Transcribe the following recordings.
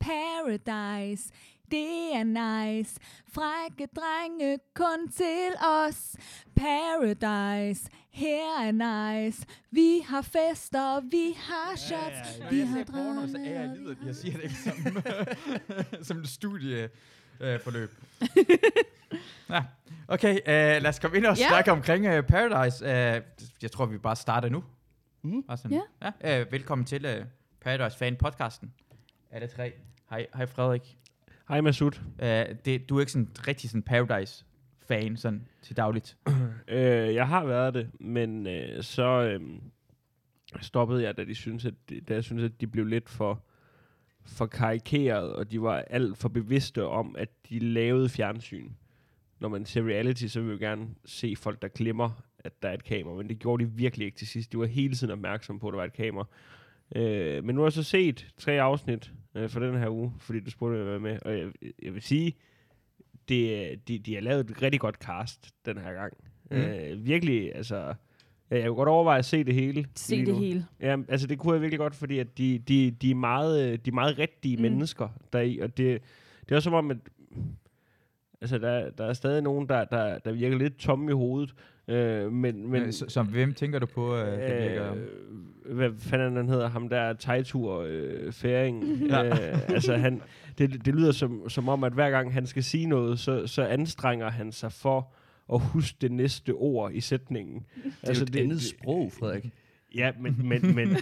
Paradise, det er nice. Frække drenge kun til os. Paradise, her er nice. Vi har fester, vi har shots, vi har drømme. Jeg siger det ikke som et studieforløb. Ja, okay, lad os komme ind og snakke omkring Paradise. Jeg tror, vi bare starter nu. Velkommen til Paradise Fan podcasten. Alle tre. Hej Frederik. Hej Masud. Du er ikke sådan rigtig sådan Paradise fan sådan til dagligt. Jeg har været det, men så stoppede jeg, da jeg synes at de blev lidt for karikeret, og de var alt for bevidste om, at de lavede fjernsyn. Når man ser reality, så vil vi jo gerne se folk, der glemmer, at der er et kamera, men det gjorde de virkelig ikke til sidst. De var hele tiden opmærksomme på, at der var et kamera. Men nu har jeg så set 3 afsnit for den her uge, fordi du spurgte mig at være med, og jeg vil sige, de har lavet et rigtig godt cast den her gang. Virkelig, altså, jeg kunne godt overveje at se det hele. Se det hele. Ja, altså det kunne jeg virkelig godt, fordi at de er meget rigtige mennesker deri, og det er også som om, at altså, der er stadig nogen, der virker lidt tomme i hovedet. Men som hvem tænker du på? Hvad fanden han hedder? Ham der Tejtur færing. Altså det lyder som om, at hver gang han skal sige noget, så anstrenger han sig for at huske det næste ord i sætningen. Det er jo et andet sprog, Frederik. Ja, men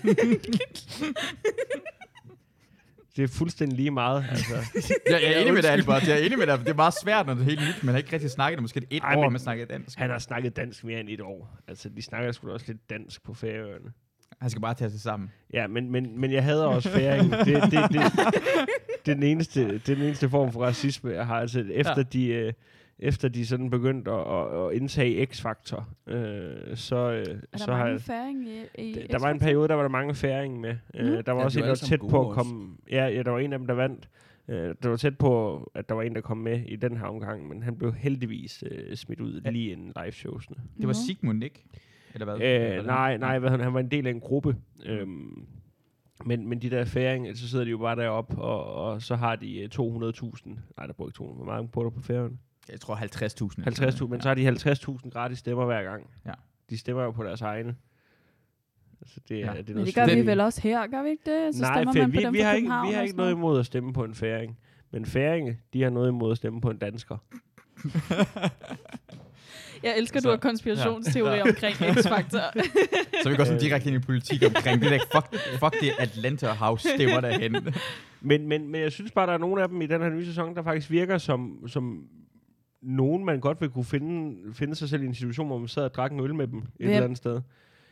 det er fuldstændig lige meget. Altså. Jeg er enig med dig, Albert. Jeg er enig med dig. Det er meget svært, når det er helt nyt. Man har ikke rigtig snakket det. Måske et år, man snakker dansk. Han har snakket dansk mere end 1 år. Altså, de snakker sgu da også lidt dansk på Færøerne. Han skal bare tage sig sammen. Ja, men jeg hader også færing. Det er den eneste form for racisme, jeg har. Altså, efter de sådan begyndte at indtage X-faktor, så har mange færing i der var en periode, der var der mange færing med. Der var også en, der var tæt på at komme. Ja, der var en af dem, der vandt. Der var tæt på, at der var en, der kom med i den her omgang, men han blev heldigvis smidt ud lige inden live-showsene. Det var Sigmund, ikke? Eller hvad? Nej, han var en del af en gruppe. Men de der færing, så sidder de jo bare deroppe, og så har de 200.000. Nej, der bor ikke 200. Hvor mange bor der på Færøerne? Jeg tror 50.000. 50.000, men så har de 50.000 gratis stemmer hver gang. Ja. De stemmer jo på deres egne. Altså det er men det gør vi vel også her, gør vi ikke det? Så nej, man på dem vi har ikke noget imod at stemme på en færing. Men færinge, de har noget imod at stemme på en dansker. Jeg elsker, du har konspirationsteori omkring X-faktor. Så vi går sådan direkte ind i politik omkring det der. Fuck det Atlanta House stemmer derhen. Men jeg synes bare, der er nogle af dem i den her nye sæson, der faktisk virker som nogen, man godt vil kunne finde sig selv i en situation, hvor man sad og drak en øl med dem et eller andet sted.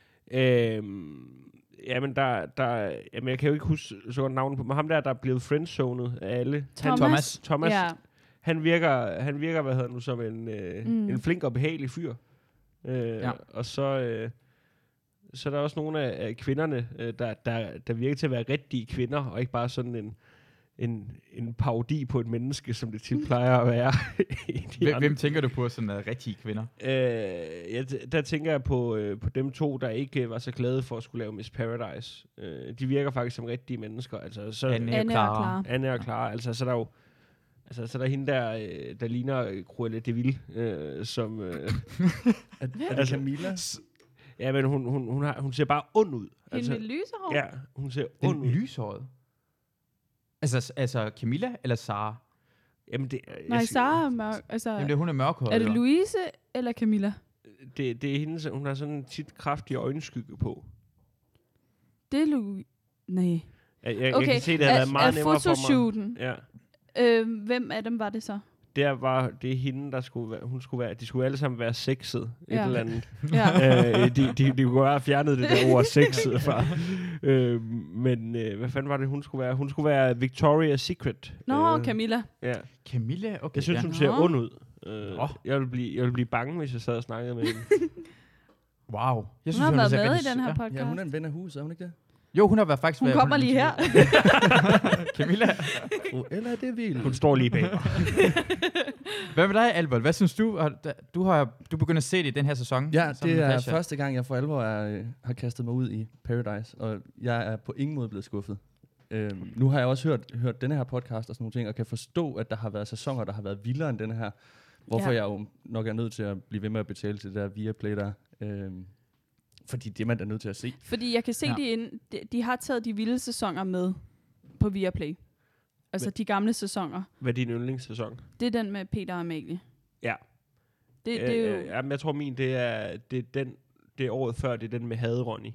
Jamen, jamen, jeg kan jo ikke huske så godt navnet på, men ham der er blevet friendzonet af alle. Thomas. Ja. Han virker, hvad hedder nu, som en flink og behagelig fyr. Og så er der også nogle af kvinderne, der virker til at være rigtige kvinder, og ikke bare sådan en parodi på et menneske, som det tit plejer at være. Hvem tænker du på sådan rigtige kvinder? Der tænker jeg på dem 2, der ikke var så glade for at skulle lave Miss Paradise. De virker faktisk som rigtige mennesker. Altså, så Anne og Clara. Altså, så er der jo så der er hende der ligner Cruella de Vil, som... er det Camilla? Ja, men hun ser bare ond ud. Hende med lysehår? Ja, hun ser ond ud. Den lyshåret? Altså Camilla eller Sara? Jamen nej, Sara er mørk. Altså, jamen hun er mørkhåret. Er det Louise eller Camilla? Det er hende, hun har sådan tit kraftig øjenskygge på. Det er Louise... Nej. Jeg kan se, det har været meget nemmere for mig. Ja. Hvem af dem var det så? Det er hende, der skulle være, de skulle alle sammen være sexet, et eller andet. Ja. De kunne have fjernet det der ord sexet fra. Men hvad fanden var det, hun skulle være? Hun skulle være Victoria's Secret. Camilla. Ja. Camilla? Okay. Jeg synes, hun ser ond ud. Jeg ville blive bange, hvis jeg sad og snakkede med hende. Wow. Jeg synes, hun har været med i den her podcast. Ja, hun er en ven af huset, er hun ikke det? Jo, hun har faktisk været... Hun kommer lige her. Camilla. Eller det vil. Hun står lige bag mig. Hvad med dig, Albert? Hvad synes du? Du begynder at se det i den her sæson? Ja, det er første gang, jeg for alvor har kastet mig ud i Paradise, og jeg er på ingen måde blevet skuffet. Nu har jeg også hørt denne her podcast og sådan nogle ting, og kan forstå, at der har været sæsoner, der har været vildere end denne her. Hvorfor jeg jo nok er nødt til at blive ved med at betale til det der Viaplay der. Fordi det er man da nødt til at se. Fordi jeg kan se, de har taget de vilde sæsoner med på Viaplay. Altså de gamle sæsoner. Hvad er din yndlingssæson? Det er den med Peter og Amalie. Ja. Det er jo... Jamen, jeg tror min, det er året før, det er den med Hade Ronny.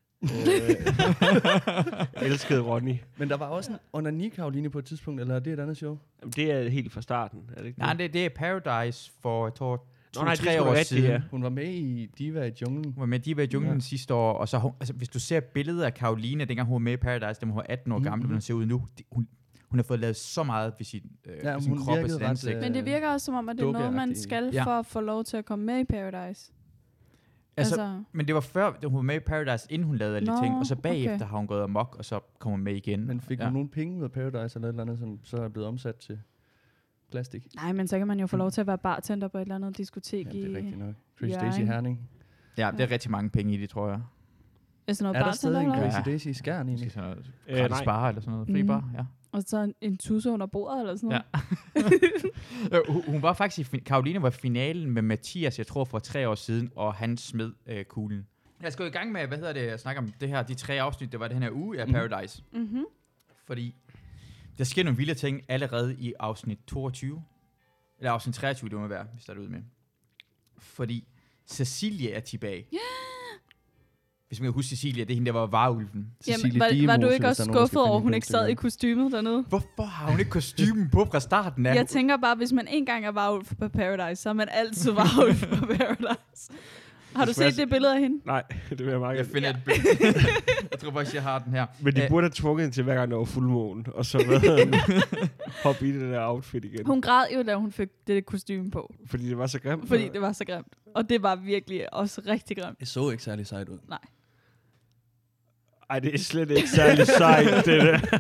Jeg elskede Ronny. Men der var også en onani-Karoline på et tidspunkt, eller er det et andet show? Jamen, det er helt fra starten, er det ikke Nej, det er Paradise for, jeg tror, 2-3 år siden. Ja. Hun var med i Diva i junglen. Hun var med i Diva i junglen sidste år, og så altså, hvis du ser billeder af Karoline, dengang hun var med i Paradise, da hun var 18 år gammel, hvordan hun ser ud nu, hun har fået lavet så meget ved sin krop og sit ansigt. Men det virker også som om, at det er noget, man skal for at få lov til at komme med i Paradise. Altså. Men det var før, da hun var med i Paradise, inden hun lavede alle de ting, og så bagefter har hun gået amok, og så kom hun med igen. Men fik hun nogle penge ud af Paradise eller et eller andet, som så er blevet omsat til plastik? Nej, men så kan man jo få lov til at være bartender på et eller andet diskotek i... Ja, det er rigtigt nok. Tracy Daisy Herning. Ja, det er rigtig mange penge i det, tror jeg. Er der stadig en Tracy Daisy i Skjern egentlig? Gratis bar eller sådan noget. Fri bar, ja. Og så en tusse under bordet eller sådan noget. Ja. Hun var faktisk Karoline var i finalen med Mathias, jeg tror for 3 år siden, og han smed kuglen. Jeg skal gå i gang med, at snakke om det her, de 3 afsnit, der var den her uge af Paradise. Mm-hmm. Fordi der sker nogle vilde ting allerede i afsnit 22. Eller afsnit 23, det må være, hvis der er ud med. Fordi Cecilie er tilbage. Yeah. Hvis man kan huske Cecilia, det er hende, der var varulven. Jamen, var du ikke også skuffet over, hun ikke sad i kostymet dernede? Hvorfor har hun ikke kostymen på fra starten af? Jeg tænker bare, hvis man en gang er varulv på Paradise, så er man altid varulv på Paradise. Har du set det billede af hende? Nej, det vil jeg meget gerne. Jeg finder et billede. Jeg tror faktisk, jeg har den her. Men de burde have tvunget hende til hver gang, der var fuldmåne, og så hoppe i det der outfit igen. Hun græd jo, da hun fik det kostyme på. Fordi det var så grimt? Fordi det var så grimt. Og det var virkelig også rigtig grimt. Det så ikke særlig sejt ud. Nej. Ej, det er slet ikke særlig sejt, det der.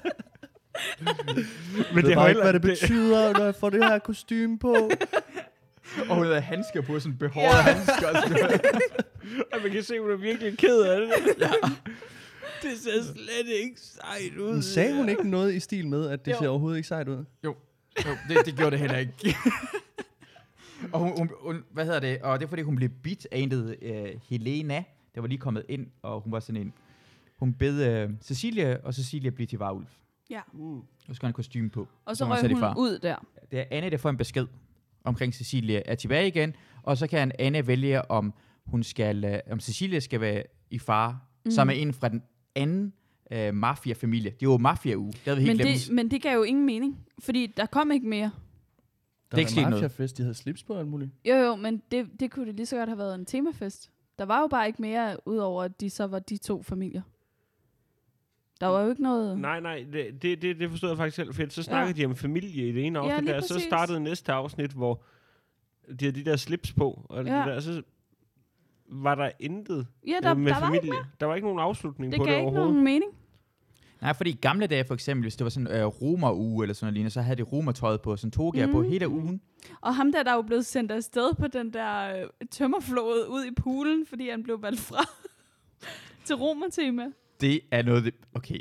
Men det har ikke, hvad det betyder, når jeg får det her kostume på. Og hun havde handsker på, sådan behårede handsker. Og man kan se, hun er virkelig ked af det. Ja. Det ser slet ikke sejt ud. Men sagde hun ikke noget i stil med, at det ser overhovedet ikke sejt ud? Jo, det gjorde det heller ikke. Og hun, og det er fordi, hun blev bidt af en, Helena, der var lige kommet ind, og hun var sådan en... Hun bed Cecilie, og Cecilie blev til varulv. Ja. Og så skal han kostyme på. Og så røg hun ud der. Det er Anne, der får en besked omkring Cecilie er tilbage igen, og så kan Anne vælge, om Cecilie skal være i fare, som er en fra den anden mafia-familie. Det er jo mafia-uge. Men det gav jo ingen mening, fordi der kom ikke mere. Der var en mafia-fest, de havde slips på alt muligt. Jo, men det kunne det lige så godt have været en temafest. Der var jo bare ikke mere, udover at de så var de 2 familier. Der var jo ikke noget... Nej, det forstod jeg faktisk selv. For så snakkede de om familie i det ene afsnit, der så startede næste afsnit, hvor de havde de der slips på, og det der, så var der intet med der familie. Der var ikke nogen afslutning på det overhovedet. Det gav ikke nogen mening. Nej, fordi i gamle dage for eksempel, hvis det var sådan romer-uge eller sådan noget, så havde de romertøjet på, sådan togaer på hele ugen. Og ham der er jo blevet sendt afsted på den der tømmerflåde ud i poolen, fordi han blev valgt fra til romertema. Det er noget... Okay.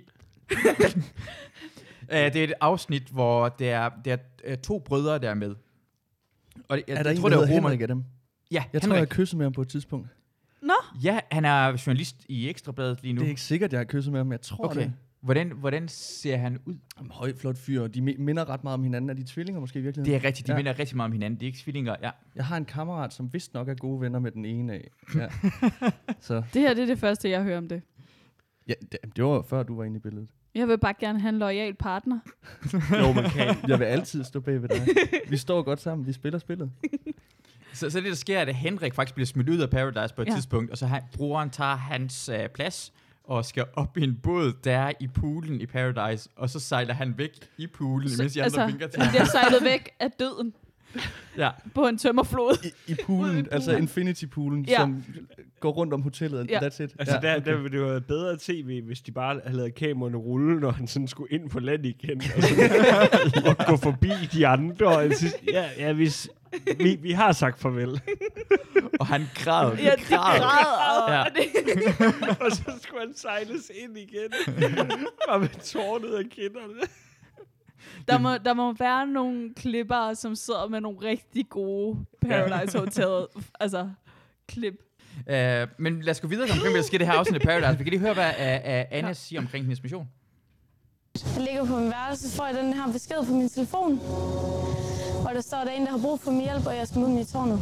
Det er et afsnit, hvor der er 2 brødre, der er med. Og er der en, der hedder Henrik af dem? Ja, jeg tror, jeg har kysset med ham på et tidspunkt. Nå? Ja, han er journalist i Ekstrabladet lige nu. Det er ikke sikkert, jeg har kysset med ham, jeg tror det. Hvordan ser han ud? Høj, flot fyr. De minder ret meget om hinanden. Er de tvillinger måske i virkeligheden? Det er rigtigt, de minder rigtig meget om hinanden. De er ikke tvillinger, ja. Jeg har en kammerat, som vist nok er gode venner med den ene af. Ja. Så. Det her det er det første, jeg hører om det. Ja, det var før, du var inde i billedet. Jeg vil bare gerne have en loyal partner. Jo, man kan. Jeg vil altid stå bag ved dig. Vi står godt sammen, vi spiller spillet. Så det, der sker, er, at Henrik faktisk bliver smidt ud af Paradise på et tidspunkt, og så broren tager hans plads, og skal op i en båd, der er i poolen i Paradise, og så sejler han væk i poolen, mens de andre vinker til ham. Han bliver sejlet væk af døden. Ja. På en tømmerflod. I poolen, altså Infinity-poolen, som går rundt om hotellet. Ja. That's it. Altså der ville det være bedre tv, hvis de bare havde lavet kameraerne rulle, når han sådan skulle ind på land igen, og gå forbi de andre. Og Vi har sagt farvel. Og han græd. Ja, de græd. Ja. Og så skulle han sejles ind igen. Bare med tårnet af kinderne. Der må være nogle klipper, som sidder med nogle rigtig gode Paradise Hotel, altså klip. Men lad os gå videre omkring, hvad der sker det her afsnit af Paradise. Vi kan lige høre, hvad Anna siger omkring hendes mission. Jeg ligger på min værelse, så får jeg den her besked på min telefon, hvor der står, at der er en, der har brug for min hjælp, og jeg skal ud i tårnet.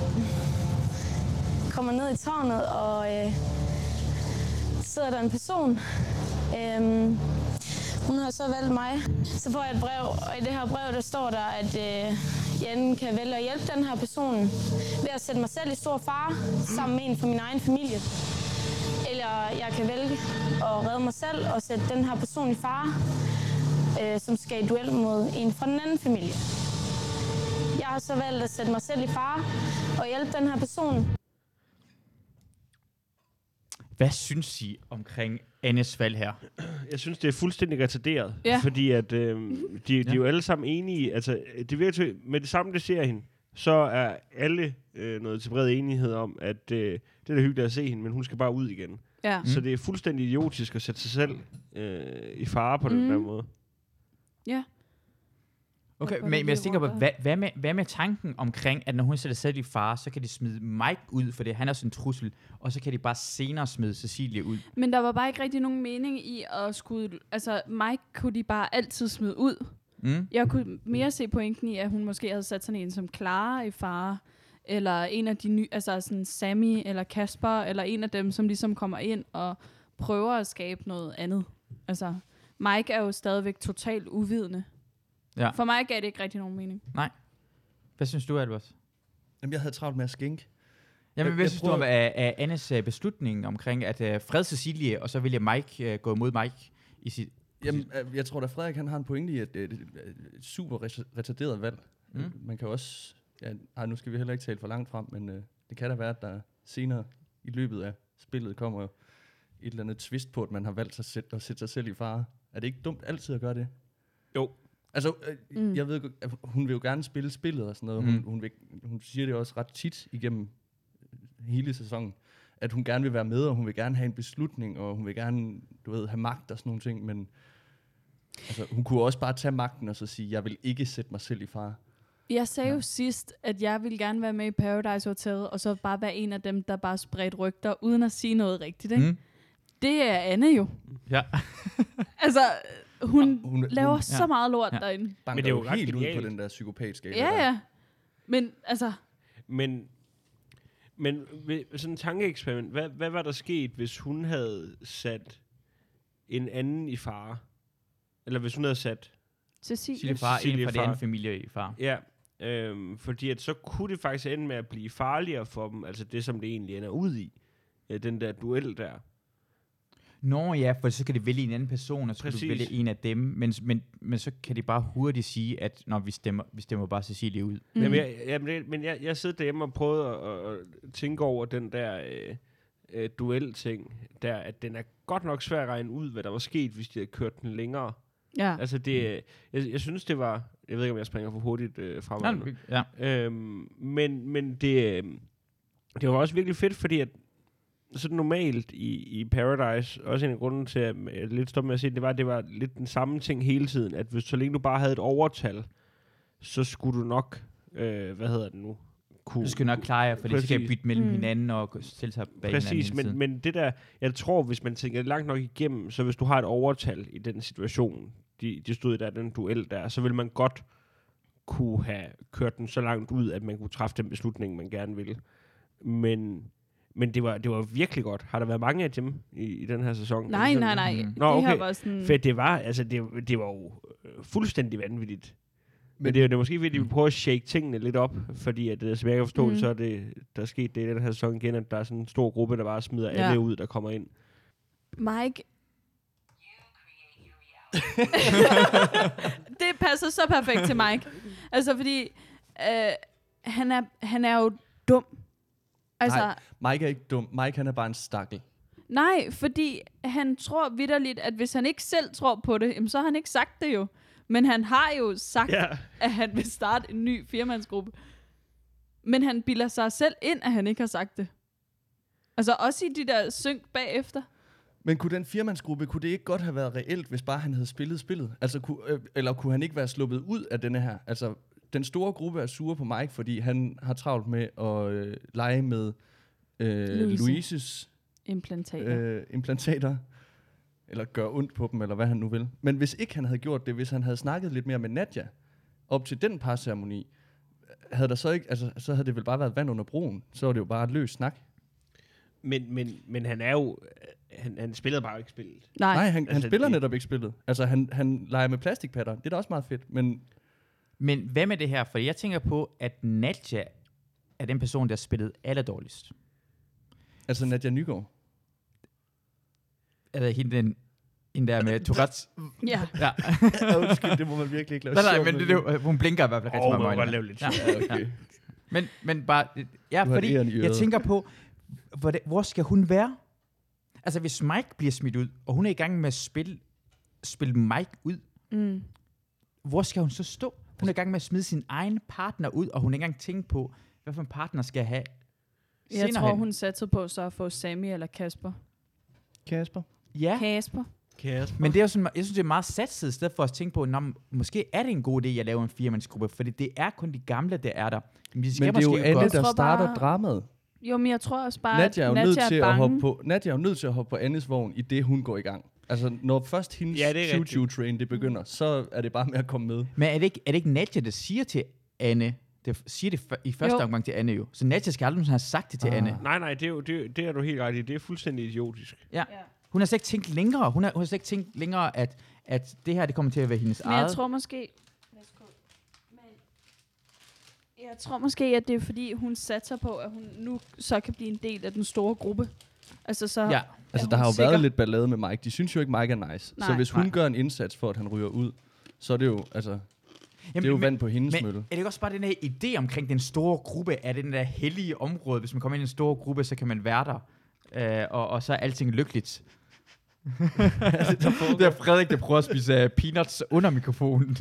Jeg kommer ned i tårnet, og sidder der en person. Hun har så valgt mig. Så får jeg et brev, og i det her brev, der står der, at jeg enten kan vælge at hjælpe den her person ved at sætte mig selv i stor fare sammen med en fra min egen familie. Eller jeg kan vælge at redde mig selv og sætte den her person i fare, som skal i duel mod en fra den anden familie. Jeg har så valgt at sætte mig selv i fare og hjælpe den her person. Hvad synes I omkring Annes valg her? Jeg synes, det er fuldstændig retarderet. Ja. Fordi at, de er jo alle sammen enige. Altså, det virker med det samme, det ser hende, så er alle noget til bred enighed om, at det er da hyggeligt at se hende, men hun skal bare ud igen. Ja. Så det er fuldstændig idiotisk at sætte sig selv i fare på den der måde. Ja. Okay, men jeg tænker på, hvad med tanken omkring, at når hun sætter sig selv i fare, så kan de smide Mike ud, for det han er sådan en trussel, og så kan de bare senere smide Cecilie ud. Men der var bare ikke rigtig nogen mening i at skulle... Altså, Mike kunne de bare altid smide ud. Jeg kunne mere se pointen i, at hun måske havde sat sådan en som Clara i fare, eller en af de nye, altså sådan Sammy eller Kasper, eller en af dem, som ligesom kommer ind og prøver at skabe noget andet. Altså, Mike er jo stadigvæk totalt uvidende. Ja. For mig gav det ikke rigtig nogen mening. Nej. Hvad synes du, Albers? Jamen, jeg havde travlt med at skænke. Jamen, hvad synes du om Annes beslutning omkring, at fred Cecilie, og så vil Mike gå imod Mike i sit... Jamen, jeg tror da, Frederik han har en pointe i, at det er et super retarderet valg. Man kan også... Ja, nu skal vi heller ikke tale for langt frem, men det kan da være, at der senere i løbet af spillet kommer et eller andet twist på, at man har valgt at sætte sig selv i fare. Er det ikke dumt altid at gøre det? Jo. Altså, jeg ved, at hun vil jo gerne spille spillet og sådan noget. Hun siger det også ret tit igennem hele sæsonen, at hun gerne vil være med, og hun vil gerne have en beslutning, og hun vil gerne, have magt og sådan nogle ting, men altså, hun kunne også bare tage magten og så sige, jeg vil ikke sætte mig selv i fare. Jeg sagde jo sidst, at jeg ville gerne være med i Paradise Hotel, og så bare være en af dem, der bare spredte rygter, uden at sige noget rigtigt, ikke? Det er Anne jo. Ja. Altså, hun laver så meget lort derinde. Men det er jo helt ud på den der psykopatskala. Ja. Men altså... Men sådan en tankeeksperiment, hvad var der sket, hvis hun havde sat en anden i fare? Eller hvis hun havde sat... Cecilie far, en fra den anden familie i far. Ja, fordi at så kunne det faktisk ende med at blive farligere for dem, altså det, som det egentlig ender ud i. Den der duel der. Nå ja, for så kan de vælge en anden person, og så kan du vælge en af dem, men så kan de bare hurtigt sige, at når vi stemmer bare Cecilie ud. Jamen, jeg sidder derhjemme og prøvede at tænke over den der duel-ting, der, at den er godt nok svær at regne ud, hvad der var sket, hvis de havde kørt den længere. Ja. Altså det, jeg synes det var, jeg ved ikke om jeg springer for hurtigt fremad. Ja. Men det var også virkelig fedt, fordi at sådan normalt i Paradise, også en af grunden til, at jeg lidt stoppet med at se det var lidt den samme ting hele tiden, at hvis så længe du bare havde et overtal, så skulle du nok, Du skal nok klare jer, for det skal bytte mellem hinanden og selv sig bag hinanden. Men det der, jeg tror, hvis man tænker langt nok igennem, så hvis du har et overtal i den situation, de stod der, den duel der, så vil man godt kunne have kørt den så langt ud, at man kunne træffe den beslutning, man gerne ville. Men det var virkelig godt. Har der været mange af dem i den her sæson? Nej. Nå, okay. Her var sådan... For det var jo fuldstændig vanvittigt. Men det er måske fordi, vi prøver at shake tingene lidt op, fordi at, som jeg kan forstå, så er det, der er sket det i den her sæson igen, at der er sådan en stor gruppe, der bare smider alle ud, der kommer ind. Mike. Det passer så perfekt til Mike. Altså fordi, han er jo dum. Altså, nej, Mike er ikke dum. Mike, han er bare en stakkel. Nej, fordi han tror vitterligt, at hvis han ikke selv tror på det, så har han ikke sagt det jo. Men han har jo sagt, at han vil starte en ny firmandsgruppe. Men han bilder sig selv ind, at han ikke har sagt det. Altså også i de der synk bagefter. Men kunne den firmandsgruppe, kunne det ikke godt have været reelt, hvis bare han havde spillet spillet? Altså, eller kunne han ikke være sluppet ud af denne her? Altså, den store gruppe er sure på Mike, fordi han har travlt med at lege med Louises implantater. Eller gøre ondt på dem, eller hvad han nu vil. Men hvis ikke han havde gjort det, hvis han havde snakket lidt mere med Nadia, op til den parceremoni, havde der så ikke, altså, så havde det vel bare været vand under broen. Så var det jo bare et løs snak. Men han er jo... Han spiller bare ikke spillet. Nej, han spiller netop ikke spillet. Altså, han leger med plastikpatter. Det er da også meget fedt, Men hvad med det her? For jeg tænker på, at Nadia er den person, der har spillet allerdårligst. Altså Nadia Nygaard. Er det hende der med Tourette's? Ja. Undskyld, det må man virkelig ikke lave. Nej, men det, hun blinker i hvert fald rigtig meget. Man må lave lidt. Ja, okay. Men bare... Ja, fordi jeg tænker på, hvor skal hun være? Altså, hvis Mike bliver smidt ud, og hun er i gang med at spille Mike ud, hvor skal hun så stå? Hun er i gang med at smide sin egen partner ud, og hun er ikke engang tænkt på, hvad for en partner skal have. Jeg tror, hun satte på så at få Sammy eller Kasper. Ja. Kasper. Men det er jo sådan, jeg synes, det er meget satset, i stedet for at tænke på, måske er det en god idé, at jeg laver en firmandsgruppe, fordi det er kun de gamle, der er der. Men det er jo alle, der starter dramaet. Jo, men jeg tror også bare, Nadia er jo nødt til at hoppe på. Nadia er jo nødt til at hoppe på Annes vogn, i det hun går i gang. Altså, når først hendes choo-choo-train det begynder, så er det bare med at komme med. Men er det ikke Nadia, der siger til Anne, det siger det i første omgang til Anne jo. Så Nadia skal aldrig have sagt det til Anne. Nej, det er du helt ret i. Det er fuldstændig idiotisk. Ja. Hun har slet ikke tænkt længere. Hun har slet ikke tænkt længere, at det her, det kommer til at være hendes eget. Men jeg tror måske... Jeg tror måske, at det er fordi, hun satser på, at hun nu så kan blive en del af den store gruppe. Altså, så der har jo været lidt ballade med Mike. De synes jo ikke, Mike er nice. Nej, så hvis hun gør en indsats for, at han ryger ud, så er det jo, det er jo vand på hendes mølle. Er det ikke også bare den her idé omkring den store gruppe, er det den der hellige område? Hvis man kommer ind i en stor gruppe, så kan man være der, og så er alting lykkeligt. Det er Frederik, der prøver at spise peanuts under mikrofonen.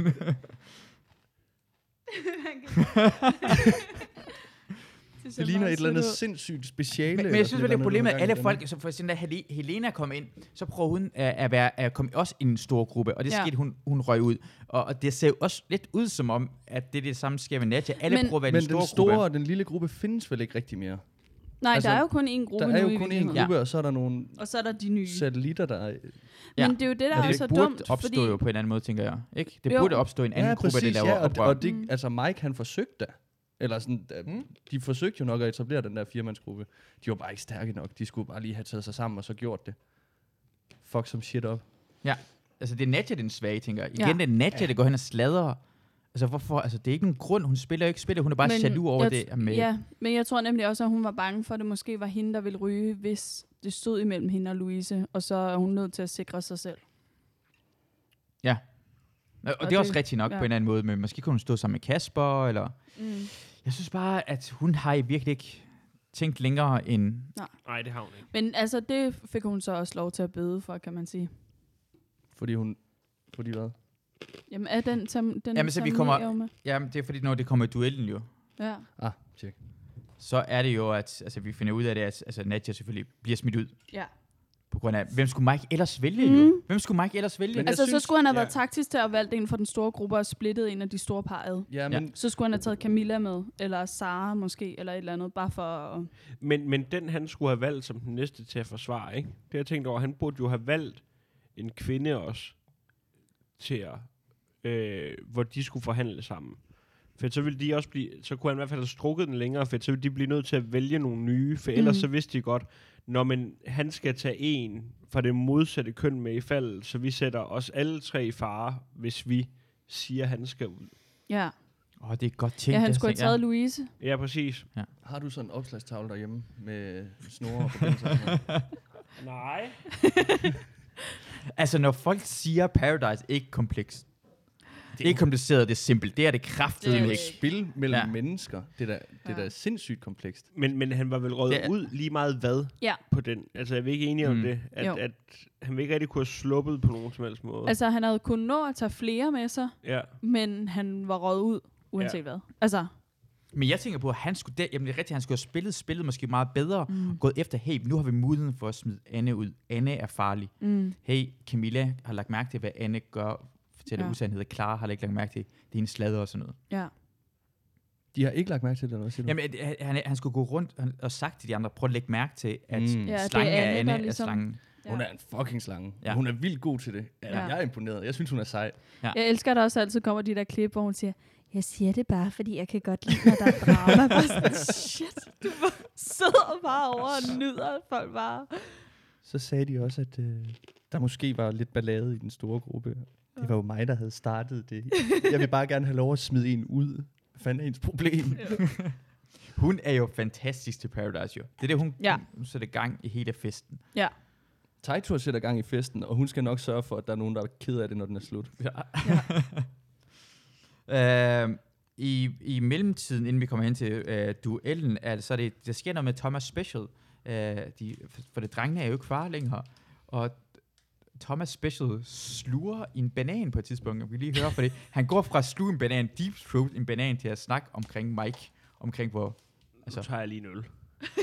Det ligner et eller andet sindssygt speciale. Men jeg synes, det er problemet, at alle folk, så for eksempel da Helena kom ind, så prøver hun at komme også i en stor gruppe, og det skete, hun røg ud. Og det ser jo også lidt ud som om, at det er det samme sker med Nadia. Alle prøver at være i en stor gruppe. Men den store og den lille gruppe findes vel ikke rigtig mere? Nej, der er jo kun én gruppe nu. Der er jo kun én gruppe, og så er der nogle og så er der de nye satellitter, der er... Men det er jo det, der er så dumt. Det burde opstå jo på en anden måde, tænker jeg. Ikke? Det burde opstå en anden gruppe, der laver oprør. Og det, altså Mike, han forsøgte da. Eller sådan, de forsøgte jo nok at etablere den der firmandsgruppe. De var bare ikke stærke nok. De skulle bare lige have taget sig sammen og så gjort det. Fuck some shit up. Ja, altså det er Nadia, den svage, tænker jeg. Igen, det er Nadia, der går hen og sladrer. Altså hvorfor? Altså det er ikke nogen grund. Hun spiller ikke spillet. Hun er bare jaloux over det. Ja, men jeg tror nemlig også, at hun var bange for, at det måske var hende, der ville ryge, hvis det stod imellem hende og Louise. Og så er hun nødt til at sikre sig selv. Ja. Og det er også rigtigt nok på en eller anden måde. Men måske kunne hun stå sammen med Kasper, eller... Jeg synes bare, at hun har virkelig ikke tænkt længere end... Nej, det har hun ikke. Men altså, det fik hun så også lov til at bøde for, kan man sige. Fordi hvad? Jamen, er den jamen, så vi kommer... Jamen, det er fordi, når det kommer i duellen jo. Ja. Tjek. Så er det jo, at vi finder ud af det, at Nadia selvfølgelig bliver smidt ud. Ja. På grund af, hvem skulle Mike ellers vælge jo? Hvem skulle Mike ellers vælge? Altså, så skulle han have været taktisk til at vælge en fra den store gruppe og splittet en af de store par ad. Ja, men... Så skulle han have taget Camilla med, eller Sara måske, eller et eller andet, bare for... Men den, han skulle have valgt som den næste til at forsvare, ikke? Det har jeg tænkt over, han burde jo have valgt en kvinde også, til at, hvor de skulle forhandle sammen. For så ville de også så kunne han i hvert fald have strukket den længere, for så ville de blive nødt til at vælge nogle nye, for ellers så vidste de godt, han skal tage en fra det modsatte køn med i faldet, så vi sætter os alle tre i fare, hvis vi siger, at han skal ud. Ja. Det er godt tænkt. Ja, han skulle have taget Louise. Ja, præcis. Ja. Har du sådan en opslagstavle derhjemme med snore og forbindelser? Nej. Altså, når folk siger Paradise ikke komplekst, det er ikke kompliceret, det er simpelt. Det er det kraftedeme. Det er jo et spil mellem mennesker. Det er da sindssygt komplekst. Men han var vel røget ud lige meget hvad på den. Altså, jeg er ikke enig om det. At han vil ikke rigtig kunne have sluppet på nogen som helst måde. Altså, han havde kunnet nå at tage flere med sig, men han var røget ud, uanset hvad. Altså... Men jeg tænker på, at han skulle det er rigtigt, han skulle have spillet måske meget bedre, gået efter, hey, nu har vi muligheden for at smide Anne ud. Anne er farlig. Hey, Camilla har lagt mærke til, hvad Anne gør, fortæller usandheder. Clara har ikke lagt mærke til, det er en sladder og sådan noget. Ja. De har ikke lagt mærke til det, eller hvad siger du? Jamen, han skulle gå rundt og sagt til de andre, prøv at lægge mærke til, at Ja, slangen det er er Anne, Anne, ligesom- er slangen. Ja. Hun er en fucking slange. Ja. Hun er vildt god til det. Ja. Jeg er imponeret. Jeg synes, hun er sej. Jeg elsker, at der også altid kommer de der klip, hvor hun siger, jeg siger det bare, fordi jeg kan godt lide, når der er drama. Bare sådan, shit, du sidder bare over og nyder, at folk bare... Så sagde de også, at der måske var lidt ballade i den store gruppe. Det var jo mig, der havde startet det. Jeg vil bare gerne have lov at smide en ud. Hvad fanden er ens problem? Hun er jo fantastisk til Paradise, jo. Det er det, hun sætter gang i hele festen. Ja. Tejtur sætter gang i festen, og hun skal nok sørge for, at der er nogen, der er ked af det, når den er slut. I mellemtiden, inden vi kommer hen til duellen, så der sker noget med Thomas Special. For det drengene er jo ikke far længere. Og Thomas Special sluger en banan på et tidspunkt. Vi lige høre, fordi han går fra at sluge en banan, deep throat en banan, til at snakke omkring Mike. Omkring hvor... Altså, nu tager jeg lige en øl.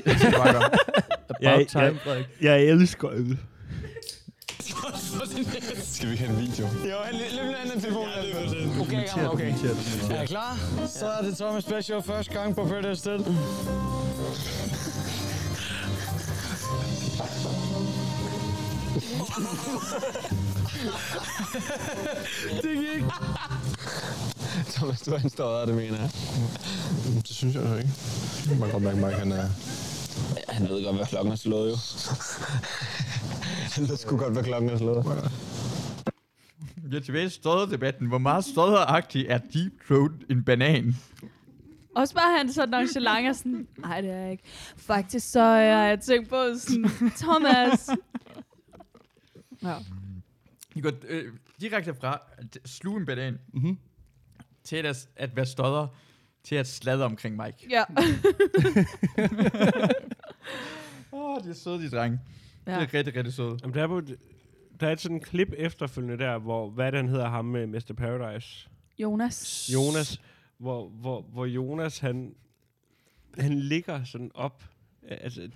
Jeg elsker øl. Skal vi ikke have en video? Jo, løb anden telefon. Okay. Er I klar? Så er det Thomas Special første gang på Paradise Hotel. Det gik. Thomas, du er en stor det mener jeg. Det synes jeg jo ikke. Man kan godt mærke, Mike, han er... Han ved godt, hvad klokken er slået, jo. Han ved sgu godt, hvad klokken er slået. Jeg er tilbage i stodderdebatten. Hvor meget stodderagtig er deep throat en banan? Også bare han så nonchalant og sådan, nej det er jeg ikke. Faktisk så har jeg tænkt på sådan, Thomas. Ja. I går direkte fra at sluge en banan, til at være stodder, til at sladre omkring Mike. Ja. Det er søde, de drenge. Ja. Det er rigtig, rigtig søde. Jamen, der er et sådan klip efterfølgende der, hvor, hvad den hedder ham med Mr. Paradise? Jonas, hvor Jonas, han ligger sådan op. Altså,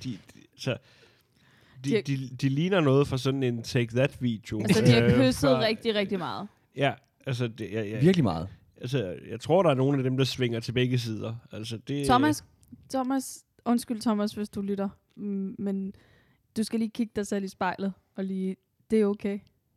de ligner noget fra sådan en Take That-video. Altså, de har kysset rigtig, rigtig meget. Ja, altså... Virkelig meget. Altså, jeg tror, der er nogle af dem, der svinger til begge sider. Altså, det... Thomas, undskyld Thomas, hvis du lytter, men du skal lige kigge dig selv i spejlet, og lige, det er okay.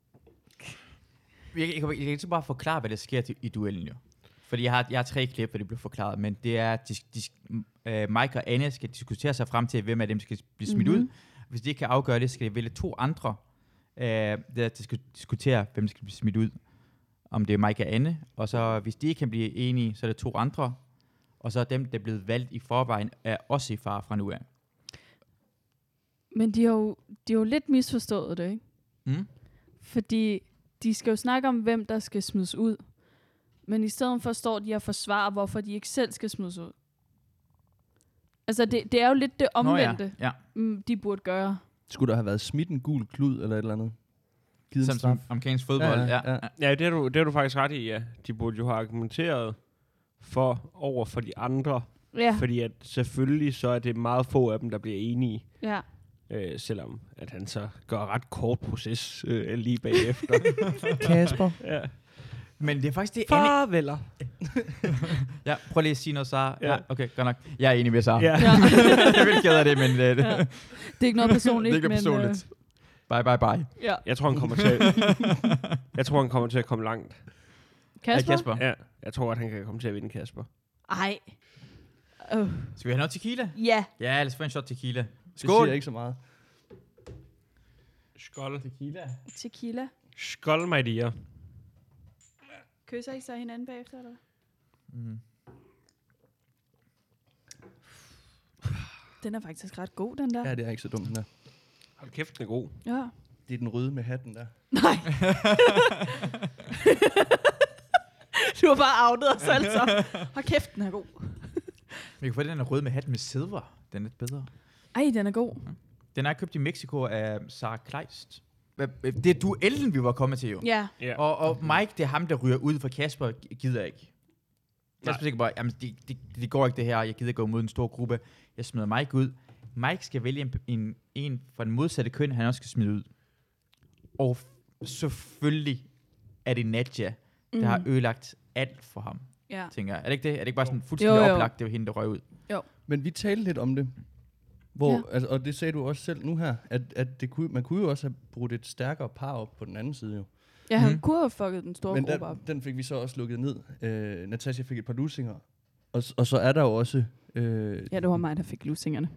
Jeg kan ikke bare forklare, hvad der sker i duellen, jo. Fordi jeg har 3 klip, hvor det bliver forklaret, men det er, Mike og Anne skal diskutere sig frem til, hvem af dem skal blive smidt ud. Hvis de ikke kan afgøre det, skal de vælge 2 andre, der skal diskutere, hvem skal blive smidt ud. Om det er Mike og Anne, og så hvis de ikke kan blive enige, så er det 2 andre, og så dem, der er blevet valgt i forvejen, er også i fare fra nu af. Men de har jo lidt misforstået det, ikke? Fordi de skal jo snakke om, hvem der skal smides ud. Men i stedet for står de at forsvare, hvorfor de ikke selv skal smides ud. Altså, det er jo lidt det omvendte, de burde gøre. Skulle der have været smidt en gul klud eller et eller andet? Som amerikansk fodbold, Ja, det er du faktisk ret i, ja. De burde jo have argumenteret over for de andre. Ja. Fordi at selvfølgelig så er det meget få af dem, der bliver enige. Ja. Selvom at han så gør ret kort proces lige bagefter. Kasper. Ja. Men det er faktisk det... Farveler. Ja, prøv lige at sige noget, Sara. Ja, okay, godt nok. Jeg er enig med Sara. Ja. Jeg er vildt ked af det, men... Det er ikke noget personligt. Det er ikke noget personligt. Bye. Ja. Jeg tror, han kommer til at komme langt. Kasper? Ja, jeg tror, at han kan komme til at vinde Kasper. Ej. Skal vi have noget tequila? Ja. Ja, lad os få en shot tequila. Skål! Det siger ikke så meget. Skål. Tequila. Skål, my dear. Kysser I så hinanden bagefter, eller hvad? Den er faktisk ret god, den der. Ja, det er ikke så dumt, den der. Hold kæft, den er god. Ja. Det er den røde med hatten der. Nej. Du har bare outet os altså. Hold kæft, den er god. Vi kan få den røde med hatten med silver. Den er lidt bedre. Ej, den er god. Den er købt i Mexico af Sarah Kleist. Det er duellen, vi var kommet til jo. Ja. Og Mike, det er ham, der ryger ud, for Kasper gider ikke. Jeg er sikker på, at det går ikke det her. Jeg gider gå mod en stor gruppe. Jeg smider Mike ud. Mike skal vælge en fra den modsatte køn, han også skal smide ud. Og selvfølgelig er det Nadja, der har ødelagt alt for ham, tænker jeg. Er det ikke det? Er det ikke bare sådan fuldstændig oplagt, det var hende, der røg ud? Jo. Men vi talte lidt om det. Altså, og det sagde du også selv nu her, at man kunne jo også have brugt et stærkere par op på den anden side jo. Ja, han kunne have fucket den store gruppe op. Den fik vi så også lukket ned. Natasha fik et par lusinger. Og så er der jo også... ja, det var mig, der fik lusingerne.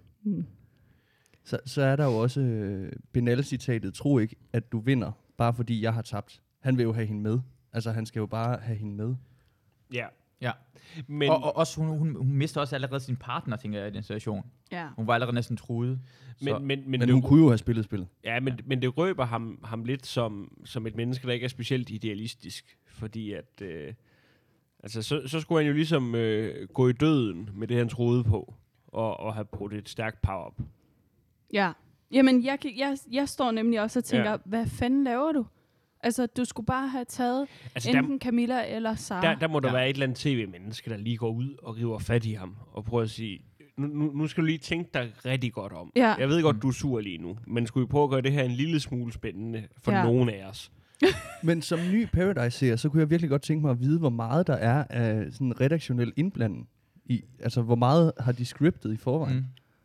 Så er der jo også Benal-citatet, tro ikke, at du vinder, bare fordi jeg har tabt. Han vil jo have hende med. Altså, han skal jo bare have hende med. Ja. Men og også, hun mister også allerede sin partner, tænker jeg, i den situation. Ja. Hun var allerede næsten truet. Men hun kunne jo have spillet spillet. Ja, men det røber ham lidt som et menneske, der ikke er specielt idealistisk. Fordi at... så skulle han jo ligesom gå i døden med det, han troede på. Og have brugt et stærkt power op. Ja. Jamen, jeg står nemlig også og tænker, hvad fanden laver du? Altså, du skulle bare have taget enten Camilla eller Sara. Der må der være et eller andet tv-menneske, der lige går ud og river fat i ham. Og prøver at sige, nu skal du lige tænke dig rigtig godt om. Ja. Jeg ved godt, du er sur lige nu. Men skulle vi prøve at gøre det her en lille smule spændende for nogen af os? Men som ny Paradise-seer, så kunne jeg virkelig godt tænke mig at vide, hvor meget der er af sådan redaktionel indblanding. Altså, hvor meget har de scriptet i forvejen?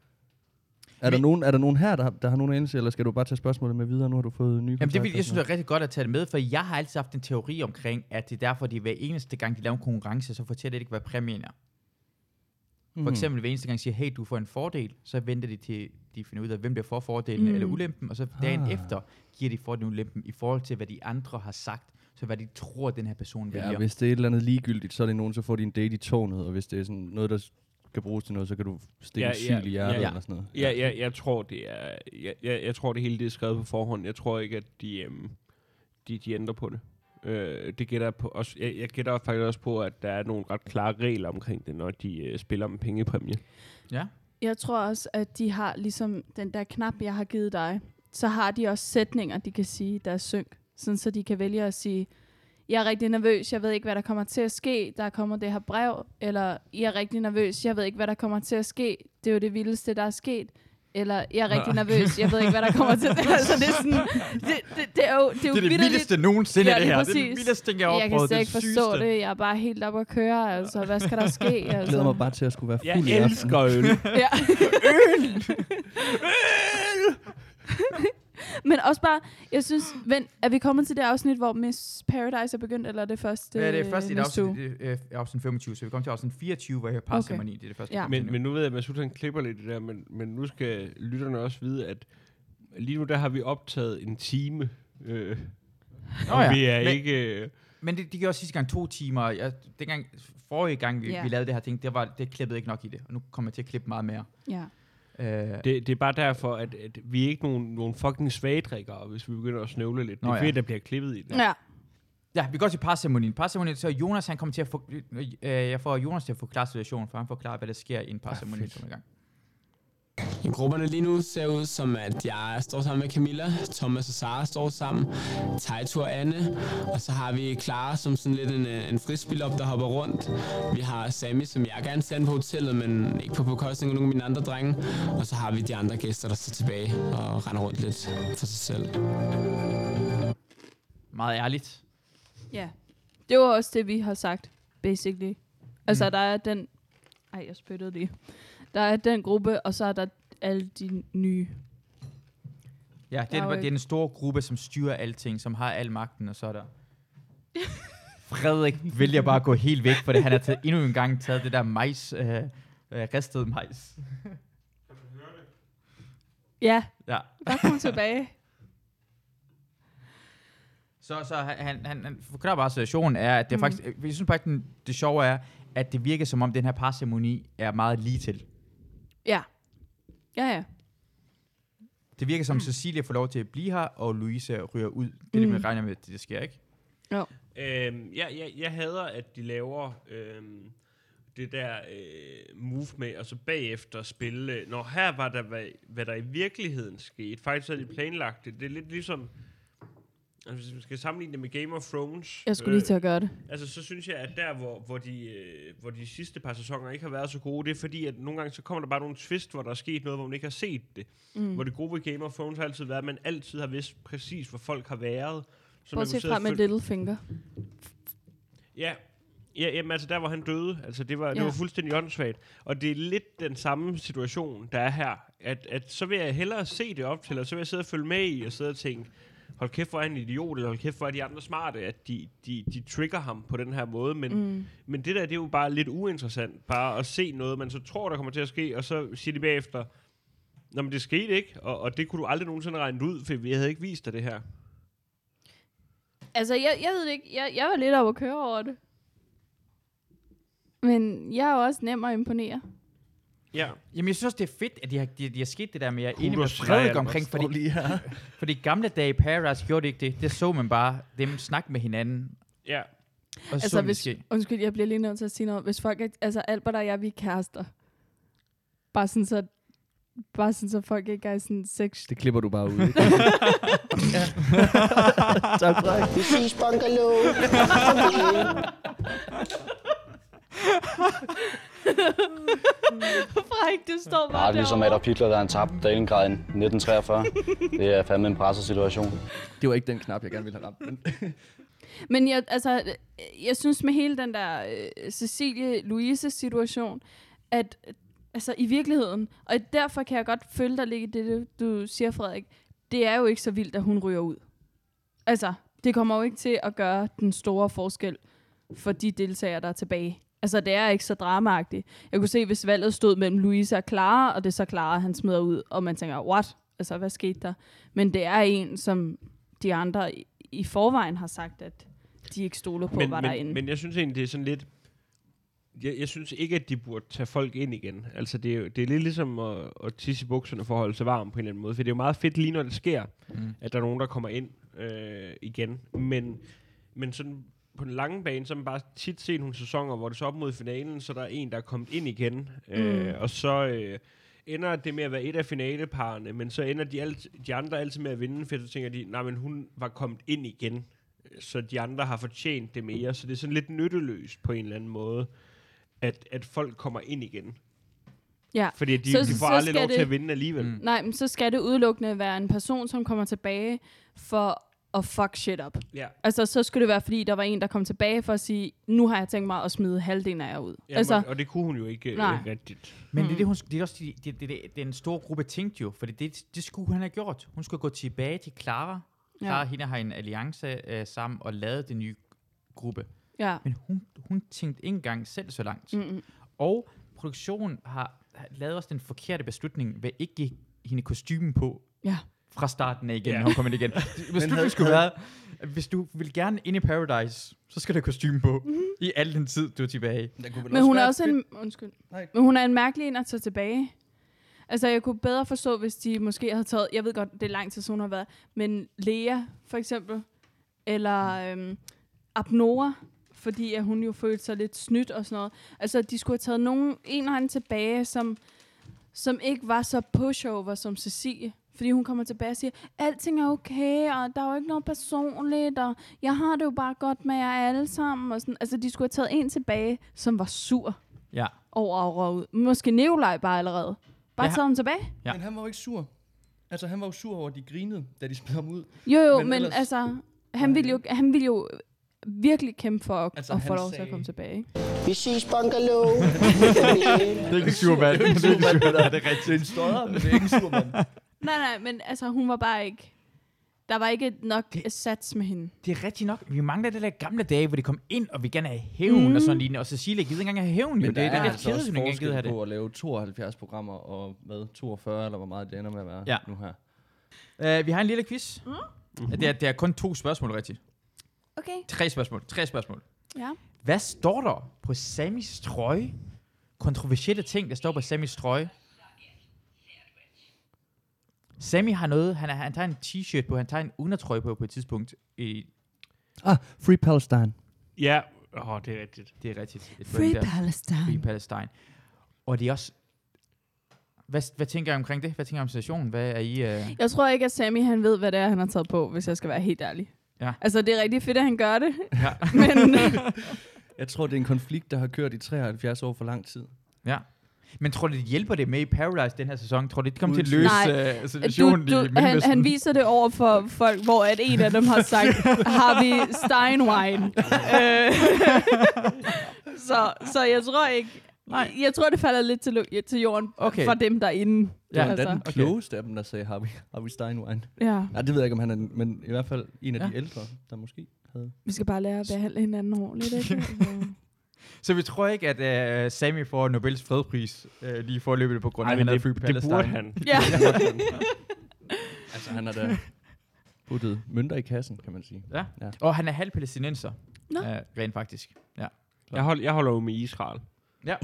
Er der nogen her, der har nogen anelse, eller skal du bare tage spørgsmålet med videre? Nu har du fået nye kontakter. Jeg synes, det er rigtig godt at tage det med, for jeg har altid haft en teori omkring, at det er derfor, de hver eneste gang, de laver en konkurrence, så fortæller det ikke, hvad præmien er. For eksempel hver eneste gang siger, hey, du får en fordel, så venter de til, de finder ud af, hvem der får fordelen eller ulempen, og så dagen efter giver de fordelen og ulempen i forhold til, hvad de andre har sagt, så hvad de tror, den her person vælger. Ja, hvis det er et eller andet ligegyldigt, så er det nogen, så får de en date i tårnet, og hvis det er sådan noget, der skal bruges til noget, så kan du stikke en syl i hjertet eller sådan noget. Jeg tror, det er... Jeg tror, det hele det er skrevet på forhånd. Jeg tror ikke, at de ændrer på det. Det gætter på også. Jeg gætter faktisk også på, at der er nogle ret klare regler omkring det, når de spiller med pengepræmie. Ja. Jeg tror også, at de har ligesom den der knap, jeg har givet dig, så har de også sætninger, de kan sige, der er synk. Sådan så de kan vælge at sige, jeg er rigtig nervøs, jeg ved ikke, hvad der kommer til at ske, der kommer det her brev, eller jeg er rigtig nervøs, jeg ved ikke, hvad der kommer til at ske, det er jo det vildeste, der er sket, eller jeg er rigtig nervøs, jeg ved ikke, hvad der kommer til at ske. Altså, det er sådan, det er jo det vildeste nogensinde, ja, det her. Præcis. Det er det vildeste ting, jeg har opprøvet. Jeg kan slet ikke forstå det, jeg er bare helt op at køre, altså, hvad skal der ske? Altså. Jeg glæder mig bare til at skulle være fuld i aften. Jeg elsker øl. Ja. Øl! Men også bare, jeg synes, er vi kommet til det afsnit, hvor Miss Paradise er begyndt, eller er det første? Ja, det er først i afsnit 25, så vi kommer til afsnit 24, hvor jeg har parceremoni. Det er det første. Ja. Men nu ved jeg, at Masud klipper lidt det der, men nu skal lytterne også vide, at lige nu der har vi optaget en time. Vi er ikke... Men det gjorde sidste gang 2 timer. Forrige gang, vi lavede det her ting, det klippede ikke nok i det. Og nu kommer jeg til at klippe meget mere. Ja. Det er bare derfor, at vi er ikke nogen fucking svagdrikkere, hvis vi begynder at snøvle lidt. Det er fedt, der bliver klippet i det. Ja, vi går til parceremonien. Parceremonien, så Jonas, han kommer til at få... jeg får Jonas til at forklare situationen, for han forklarer, hvad der sker i en parceremoni, som er i gang. Grupperne lige nu ser ud som, at jeg står sammen med Camilla, Thomas og Sara står sammen, Taito og Anne, og så har vi Clara som sådan lidt en frispil-op, der hopper rundt. Vi har Sammy, som jeg gerne sender på hotellet, men ikke på bekostning af nogle af mine andre drenge. Og så har vi de andre gæster, der står tilbage og render rundt lidt for sig selv. Meget ærligt. Ja, det var også det, vi har sagt, basically. Altså, der er den... Ej, jeg spyttede lige. Der er den gruppe, og så er der alle de nye. Ja, det er en stor gruppe, som styrer alting, som har al magten, og så er der... Frederik vælger bare at gå helt væk, for det. Han har endnu en gang taget det der majs, ristet majs. Ja, bare kom tilbage. Så han forklarer bare, situationen er, at det er faktisk... Jeg synes faktisk, det sjove er, at det virker som om, den her parceremoni er meget lige til. Ja. Det virker som, Cecilia får lov til at blive her, og Louise ryger ud. Det er det, man regner med, at det sker, ikke? Jo. Jeg hader, at de laver det der move med, og så bagefter spille. Når her var der, hvad der i virkeligheden skete. Faktisk er de planlagt det. Det er lidt ligesom... Altså, hvis man skal sammenligne det med Game of Thrones... Jeg skulle lige til at gøre det. Altså, så synes jeg, at der, hvor de sidste par sæsoner ikke har været så gode, det er fordi, at nogle gange så kommer der bare nogle twist, hvor der er sket noget, hvor man ikke har set det. Hvor det gode ved Game of Thrones har altid været, at man altid har vidst præcis, hvor folk har været. Bortset fra med Littlefinger. Ja, jamen, altså der, hvor han døde, altså det var fuldstændig åndssvagt. Og det er lidt den samme situation, der er her. At så vil jeg hellere se det op til, og så vil jeg sidde og følge med i, og sidde og tænke, hold kæft, hvor er han en idiot, eller hold kæft, hvor er de andre smarte, at de trigger ham på den her måde. Men det der, det er jo bare lidt uinteressant, bare at se noget, man så tror, der kommer til at ske, og så siger de bagefter, nå, men det skete ikke, og det kunne du aldrig nogensinde regne ud, for vi havde ikke vist dig det her. Altså, jeg ved ikke, jeg var lidt oppe at køre over det. Men jeg er jo også nem at imponere. Ja. Jamen, jeg synes, det er fedt, at de har sket det der med, at jeg er enig med Frederik omkring, fordi gamle dage i Paradise gjorde det ikke det. Det så man bare dem snakke med hinanden. Ja. Og altså, undskyld, jeg bliver lige nødt til at sige noget. Hvis folk, altså Albert og jeg, vi er kærester. Bare sådan så folk ikke er sådan sex. Det klipper du bare ud, ikke? Tak, Frederik. Vi ses, bungalow. Frederik, du står bare derovre. Ligesom Adolf Hitler, der han tabte Stalingrad i 1943. Det er fandme en pressesituation. Det var ikke den knap, jeg gerne ville have ramt. Men jeg synes med hele den der Cecilie-Louise-situation, at altså i virkeligheden, og derfor kan jeg godt følge dig lidt i det, du siger, Frederik, det er jo ikke så vildt, at hun ryger ud. Altså, det kommer jo ikke til at gøre den store forskel for de deltagere, der er tilbage. Altså, det er ikke så dramaagtigt. Jeg kunne se, hvis valget stod mellem Louise og Clara, og det så Clara, han smider ud, og man tænker, what? Altså, hvad skete der? Men det er en, som de andre i forvejen har sagt, at de ikke stoler på, hvad der er inde. Men jeg synes egentlig, det er sådan lidt... Jeg synes ikke, at de burde tage folk ind igen. Altså, det er lidt ligesom at tisse i bukserne for at holde sig varm på en eller anden måde. For det er jo meget fedt lige, når det sker, at der er nogen, der kommer ind igen. Men sådan på den lange bane, så har man bare tit set nogle sæsoner, hvor det så op mod finalen, så der er en, der er kommet ind igen. Og så ender det med at være et af finaleparerne, men så ender de andre altid med at vinde, for så tænker de, nej, men hun var kommet ind igen. Så de andre har fortjent det mere. Så det er sådan lidt nytteløst på en eller anden måde, at folk kommer ind igen. Ja. Fordi de får aldrig lov til at vinde alligevel. Nej, men så skal det udelukkende være en person, som kommer tilbage for at fuck shit up. Ja. Altså, så skulle det være, fordi der var en, der kom tilbage for at sige, nu har jeg tænkt mig at smide halvdelen af jer ud. Ja, altså, og det kunne hun jo ikke rigtigt. Men det er også den store gruppe tænkte jo, fordi det skulle han have gjort. Hun skulle gå tilbage til Clara. Clara hende har en alliance sammen og lavet den nye gruppe. Ja. Men hun tænkte ikke engang selv så langt. Og produktionen har lavet også den forkerte beslutning ved ikke give hende kostymen på fra starten af igen, når hun kommer ind igen. Hvis du vil gerne ind i Paradise, så skal der kostyme på i al den tid, du er tilbage. Men hun er også men hun er en mærkelig en at tage tilbage. Altså, jeg kunne bedre forstå, hvis de måske havde taget... Jeg ved godt, det er lang tid, hun har været. Men Lea, for eksempel. Eller Abnora. Fordi at hun jo følte sig lidt snydt og sådan noget. Altså, de skulle have taget en af hende tilbage, som ikke var så pushover som Cecilie. Fordi hun kommer tilbage og siger, alting er okay, og der er jo ikke noget personligt, og jeg har det jo bare godt med jer alle sammen. Og sådan. Altså, de skulle have taget en tilbage, som var sur over at røve ud. Måske Nikolaj bare allerede. Bare taget ham tilbage. Ja. Men han var jo ikke sur. Altså, han var jo sur over, at de grinede, da de smed ham ud. Jo, men ellers... altså, han ville jo virkelig kæmpe for at få lov til at komme tilbage. Ikke? Vi ses, bungalow. Det er ikke en sur mand. Det er rigtigt. Det er en stodder, men det er ikke en sur mand. Nej, men altså, hun var bare ikke... Der var ikke nok sats med hende. Det er rigtigt nok. Vi mangler det der gamle dage, hvor de kom ind, og vi gerne have hævn og sådan lignende. Og Cecilie gider ikke engang have hævn. Men det er lidt kedeligt, at ikke gider have det. På at lave 72 programmer, og 42, eller hvor meget det ender med at være nu her. Vi har en lille quiz. Det er kun 2 spørgsmål, rigtigt. Okay. 3 spørgsmål. Ja. Hvad står der på Sammys trøje? Kontroversielle ting, der står på Sammys trøje. Sammy har noget, han tager en t-shirt på, han tager en undertrøje på et tidspunkt. Free Palestine. Ja, det er rigtigt. Det er rigtigt. Free Palestine. Og det er også... Hvad tænker jeg omkring det? Hvad tænker jeg om situationen? Hvad er I... Jeg tror ikke, at Sammy han ved, hvad det er, han har taget på, hvis jeg skal være helt ærlig. Ja. Altså, det er rigtig fedt, at han gør det. Ja. Men Jeg tror, det er en konflikt, der har kørt i 73 år for lang tid. Ja. Men tror du, det hjælper det med i Paradise den her sæson? Tror du, det kommer til at Uden løse situationen i Mellemøsten? han viser det over for folk, hvor at en af dem har sagt, Harvey Steinwein. Så jeg tror ikke... Nej. Jeg tror, det falder lidt til jorden for dem derinde. Ja, altså. Den klogeste af dem, der sagde Harvey Steinwein. Ja. Nej, det ved jeg ikke, om han er, men i hvert fald en af de ældre, der måske havde... Vi skal bare lære at behandle hinanden ordentligt, ikke? Så vi tror ikke, at Sami får Nobels fredspris lige forløbet på grund af, at han havde Free Palestine. Det burde han. Ja. Altså, han har da puttet mønter i kassen, kan man sige. Ja. Og han er halv palæstinenser, rent faktisk. Ja. Jeg holder jo med Israel. Ja.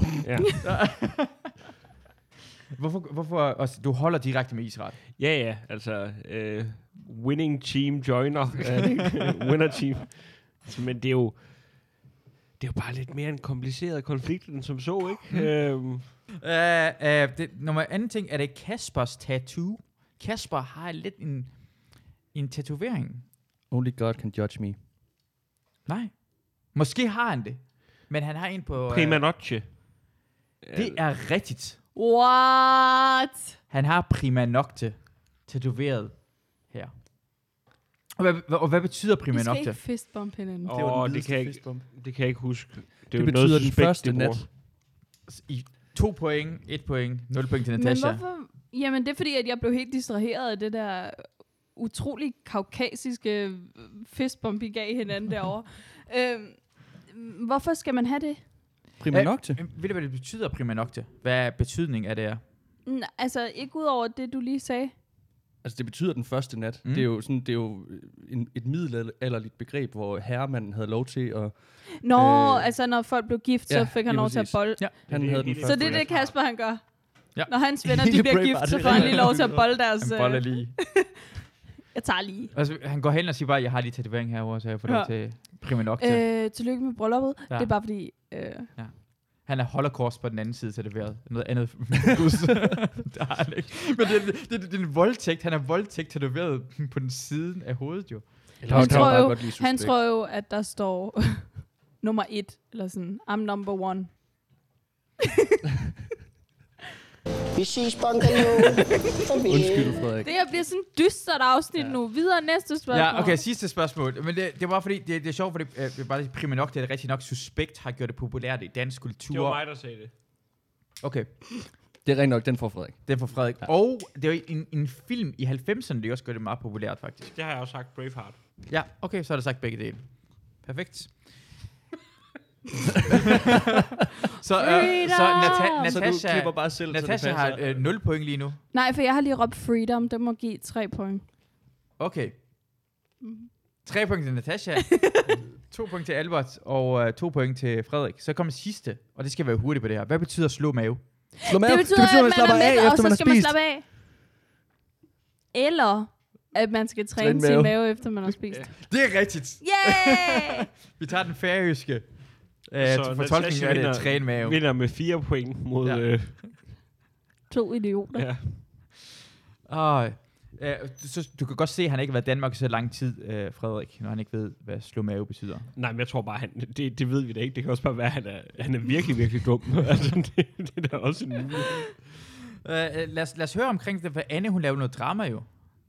Hvorfor også, du holder direkte med Israel? Ja, altså winning team joiner, winner team. Men det er jo bare lidt mere en kompliceret konflikt end som så, ikke? Nummer anden ting, er det Kaspers tattoo. Kasper har lidt en tatovering. Only God can judge me. Nej. Måske har han det. Men han har en på... Prima nocte. Det er rigtigt. What? Han har prima nocte tatoveret her. Og hvad betyder prima nocte? Vi skal ikke fistbump hinanden. Det kan jeg ikke huske. Det betyder den første nat. 2 point, 1 point, 0 point til Natasha. Men hvorfor? Jamen, det er fordi, at jeg blev helt distraheret af det der utrolig kaukasiske fistbump, I gav hinanden derovre. Hvorfor skal man have det? Prima nocte? Ved du, hvad det betyder, prima nocte? Hvad er betydningen af det er? Altså, ikke ud over det, du lige sagde. Altså, det betyder den første nat. Det er jo et middelalderligt begreb, hvor herremanden havde lov til at... Altså, når folk blev gift, så fik han lov til at bolle. Ja, han havde den første. Så det er det, Kasper, han gør? Ja. Når hans venner, de bliver gift, så får han lige lov til at bolle deres... Han boller lige. Jeg tager lige. Altså, han går hen og siger bare, jeg har lige tatovering herovre, så jeg får lov til prima nocte. Tillykke med brylluppet. Ja. Det er bare fordi... Han er holocaust på den anden side tatoveret. Noget andet. Der har han ikke. Men det er en voldtægt. Han er voldtægt tatoveret på den siden af hovedet jo. Han tror jo, at der står nummer 1, eller sådan, I'm number 1. Vi ses, Bungalow. Undskyld, Frederik. Det her bliver sådan et dystert afsnit nu. Videre næste spørgsmål. Ja, okay, sidste spørgsmål. Men det var fordi, det er sjovt, fordi bare prima nok, det er rigtig nok suspekt, har gjort det populært i dansk kultur. Det var mig, der sagde det. Okay. Det er rigtig nok, den får Frederik. Den får Frederik. Ja. Og det er jo en film i 90'erne, det også gør det meget populært, faktisk. Det har jeg også sagt, Braveheart. Ja, okay, så har du sagt begge dele. Perfekt. Så du klipper bare selv, Natasha har 0 point lige nu. Nej, for jeg har lige råbt freedom. Det må give 3 point. Okay. 3 point til Natasha, 2 point til Albert og 2 point til Frederik. Så kommer sidste, og det skal være hurtigt på det her. Hvad betyder slå mave? Slå mave? Det betyder, at man slapper af, efter man har spist. Man slappe af. Eller at man skal træne sin mave, efter man har spist. Det er rigtigt. Yeah! Vi tager den færøske fortolkning af det træne mave. Vinder med 4 point mod 2 idioter. Ja. Så du kan godt se, at han ikke har været i Danmark så lang tid, Frederik, når han ikke ved, hvad slå mave betyder. Nej, men jeg tror bare, det ved vi da ikke. Det kan også bare være, at han er virkelig, virkelig dum. Altså, det er da også en mulighed. Lad os høre omkring det, for Anne, hun lavede noget drama jo.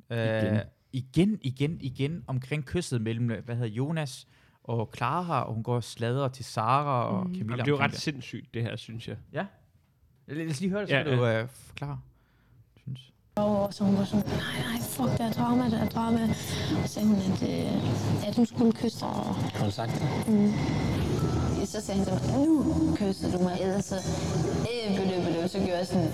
Igen omkring kysset mellem, Jonas og Clara, og hun går og sladrer til Sara og Camilla. Jamen, det er jo ret sindssygt, det her, synes jeg. Ja. Lad os lige høre det, så du forklare. Synes. Og så hun var sådan, nej, fuck, der er drama. Og så sagde hun, at hun skulle kysse dig. Har du sagt det? Så sagde han sådan, nu kysser du mig. Ellers så, så gjorde jeg sådan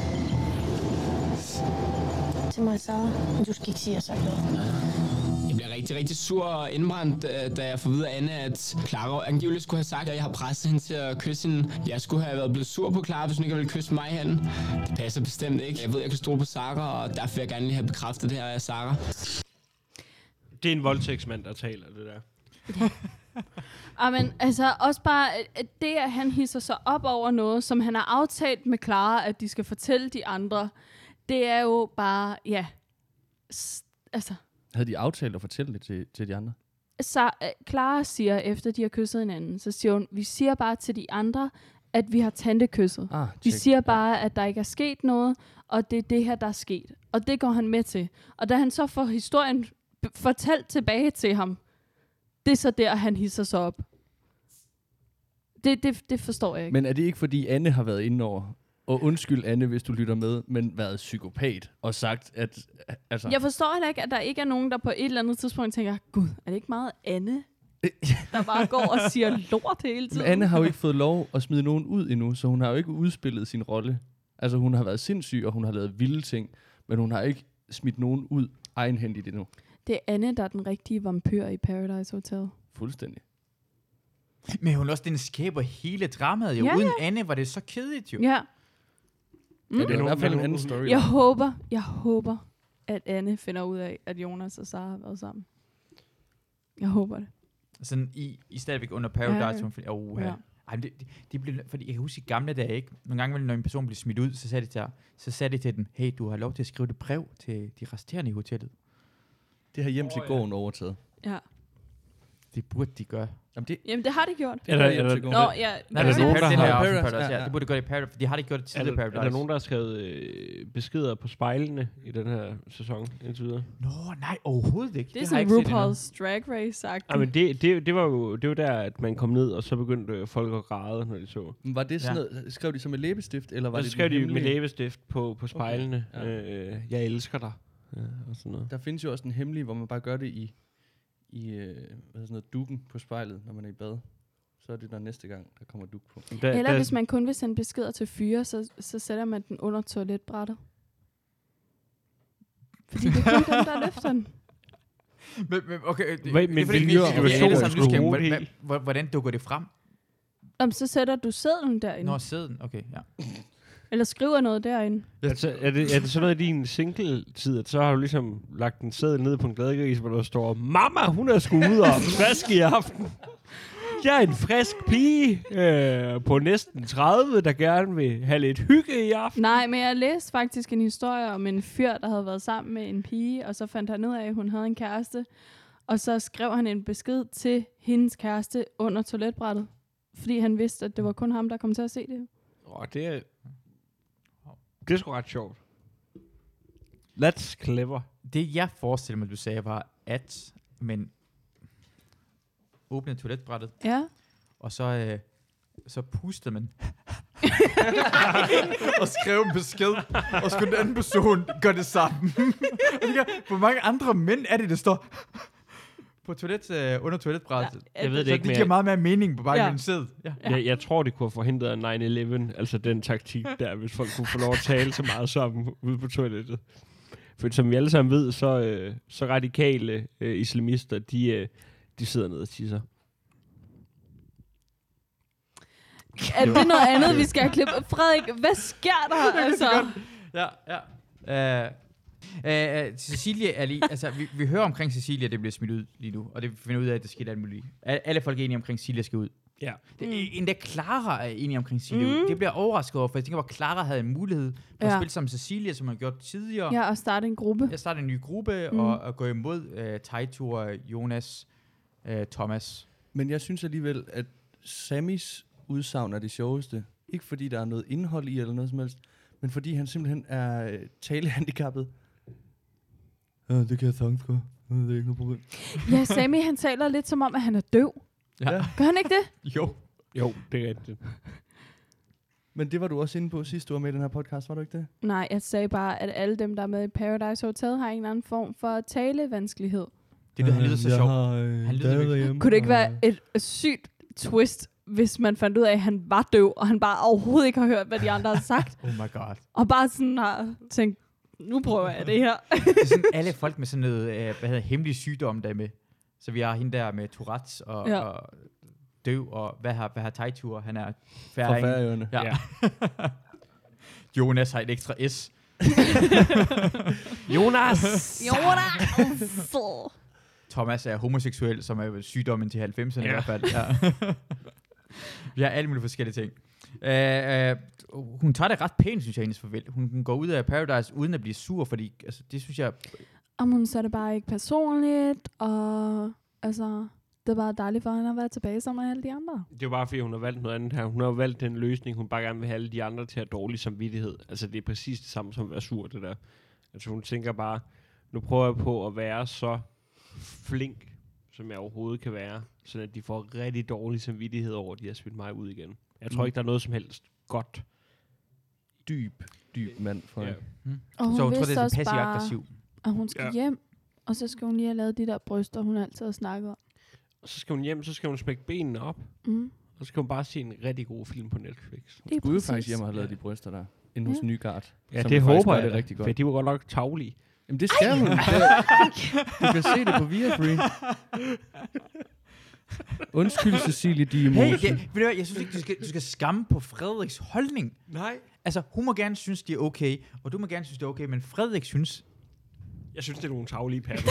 til mig, så du skal ikke sige, at jeg har sagt noget. Jeg bliver rigtig, rigtig sur og indbrændt, da jeg får videre af Anne, at Clara angiveligt skulle have sagt, at jeg har presset hende til at kysse hende. Jeg skulle have været blevet sur på Clara, hvis hun ikke ville kysse mig herinde. Det passer bestemt ikke. Jeg ved, jeg kan stole på Sara, og derfor vil jeg gerne lige have bekræftet det her af Sara. Det er en voldtægtsmand, der taler det der. Men altså også bare det, at han hisser sig op over noget, som han har aftalt med Clara, at de skal fortælle de andre, det er jo bare, altså... Havde de aftalt at fortælle det til de andre? Så Clara siger, efter de har kysset hinanden, så siger hun, vi siger bare til de andre, at vi har tantekysset. Vi siger bare, at der ikke er sket noget, og det er det her, der er sket. Og det går han med til. Og da han så får historien fortalt tilbage til ham, det er så der, han hisser sig op. Det forstår jeg ikke. Men er det ikke, fordi Anne har været inde over, og undskyld Anne, hvis du lytter med, men været psykopat og sagt, at... Altså, jeg forstår heller ikke, at der ikke er nogen, der på et eller andet tidspunkt tænker, gud, er det ikke meget Anne, der bare går og siger lort hele tiden? Men Anne har jo ikke fået lov at smide nogen ud endnu, så hun har jo ikke udspillet sin rolle. Altså hun har været sindssyg, og hun har lavet vilde ting, men hun har ikke smidt nogen ud egenhændigt endnu. Det er Anne, der er den rigtige vampyr i Paradise Hotel. Fuldstændig. Men hun også den skaber hele dramaet jo. Uden Anne var det så kedeligt jo. Ja. Ja, det er i hvert fald en anden story. Jeg håber, at Anne finder ud af, at Jonas og Sara har været sammen. Jeg håber det. Sådan i stadigvæk under Paradise. Ja. Ej, det blev, fordi jeg kan huske i gamle dage, ikke? Nogle gange, når en person blev smidt ud, så sagde de til den, hey, du har lov til at skrive det brev til de resterende i hotellet. Det har hjem til gården overtaget. Ja. Det burde de gøre. Jamen, det har de gjort. Er der nogen, det burde gøre i Paradise, for de har det gjort tidligere Paradise. Er der nogen, der har skrevet beskeder på spejlene i den her sæson indtil videre? Nå, nej, overhovedet ikke. Det er sådan RuPaul's Drag Race-sagt. Ja, men det var jo der, at man kom ned, og så begyndte folk at græde, når de så. Var det sådan noget, skrev de så med læbestift, eller var det skrev de med læbestift på spejlene. Okay. Jeg elsker dig. Og sådan noget. Der findes jo også en hemmelig, hvor man bare gør det i sådan noget dukken på spejlet, når man er i bad. Så er det der næste gang, der kommer duk på. Eller hvis man kun vil sende beskeder til fyre, så sætter man den under toiletbrættet. Fordi det er kun dem, der løfter den. Hvordan dukker det frem? Så sætter du sædlen derinde. Nå, sædlen, okay, ja. Eller skriver noget derinde. Altså, er det sådan noget i din single-tid, at så har du ligesom lagt en sædel ned på en gladgris, hvor der står, mamma, hun er sgu ude og frisk i aften. Jeg er en frisk pige på næsten 30, der gerne vil have lidt hygge i aften. Nej, men jeg læste faktisk en historie om en fyr, der havde været sammen med en pige, og så fandt han ud af, at hun havde en kæreste. Og så skrev han en besked til hendes kæreste under toiletbrættet, fordi han vidste, at det var kun ham, der kom til at se det. Det er sgu ret sjovt. That's clever. Det jeg forestiller mig, du sagde, var, at man åbnede toiletbrættet, og så pustede man og skrev en besked, og skulle den anden person gøre det samme. Hvor mange andre mænd er det, der står på under toiletbrættet? Jeg ved det ikke, det giver meget mere mening på bare en sæd. Jeg tror, det kunne have forhindret 9/11, altså den taktik der, hvis folk kunne få lov at tale så meget sammen ude på toilettet. For som vi alle sammen ved, så radikale islamister, de sidder ned og tisser. Er det noget andet, vi skal have klippet? Frederik, hvad sker der? Altså? Cecilia er lige, altså vi hører omkring Cecilia, det bliver smidt ud lige nu, og det finder ud af, at det sker alt muligt. Alle folk er enige omkring, Cecilia skal ud. Ja. Endda Clara er enige omkring Cecilia. Det bliver overrasket over, for jeg tænker, hvor Clara havde en mulighed for at spille sammen med Cecilia, som man har gjort tidligere. Ja, og starte en gruppe. Jeg starter en ny gruppe, og gå imod Teitur, Jonas, Thomas. Men jeg synes alligevel, at Sammys udsagn er det sjoveste. Ikke fordi der er noget indhold i, eller noget som helst, men fordi han simpelthen er talehandicappet. Ja, det kan jeg sagtens gøre. Det er ikke noget problem. Ja, Sammy, han taler lidt som om, at han er døv. Ja. Gør han ikke det? Jo, det er rigtigt. Men det var du også inde på sidst, du var med i den her podcast, var du ikke det? Nej, jeg sagde bare, at alle dem, der er med i Paradise Hotel, har en eller anden form for talevanskelighed. Det lyder så sjovt. Kunne det ikke være et sygt twist, hvis man fandt ud af, at han var døv, og han bare overhovedet ikke har hørt, hvad de andre har sagt? Oh my god. Og bare sådan har tænkt, nu prøver jeg det her. Det er sådan alle folk med sådan noget, hemmelig sygdom der med. Så vi har hende der med Tourettes og døv, og hvad har Teitur? Han er færing. Fra Færøerne. Ja. Jonas har et ekstra S. Jonas! Thomas er homoseksuel, som er sygdommen til 90'erne i hvert fald. Ja. Vi har alle mulige forskellige ting. Hun tager det ret pænt, synes jeg, hendes farvel. Hun går ud af Paradise uden at blive sur, fordi altså, det synes jeg... om hun så det bare ikke personligt, og altså, det er bare dejligt for hende at være tilbage sammen med alle de andre. Det er jo bare, fordi hun har valgt noget andet her. Hun har valgt den løsning, hun bare gerne vil have alle de andre til at have dårlig samvittighed. Altså, det er præcis det samme som at være sur, det der. Altså, hun tænker bare, nu prøver jeg på at være så flink, som jeg overhovedet kan være, så at de får rigtig dårlig samvittighed over, at de har smidt mig ud igen. Jeg tror ikke, der er noget som helst godt. Dyb mand for Og hun så hun tror, vidste det er også passiv bare, aggressiv. at hun skal hjem, og så skal hun lige have lavet de der bryster, hun altid har snakket om. Og så skal hun hjem, så skal hun smække benene op, og så skal hun bare se en rigtig god film på Netflix. Hun skulle jo faktisk hjem og have lavet de bryster der, inde hos Nygaard. Ja, det håber jeg det rigtig godt. For de var godt nok taglige. Jamen det skal hun. Du kan se det på Viafree. Undskyld, Cecilie Diemose. Hey, ved du hvad, jeg synes ikke, du skal skamme på Frederiks holdning. Nej. Altså, hun må gerne synes, det er okay, og du må gerne synes, det er okay, men Frederik synes... Jeg synes, det er nogle taglige patter.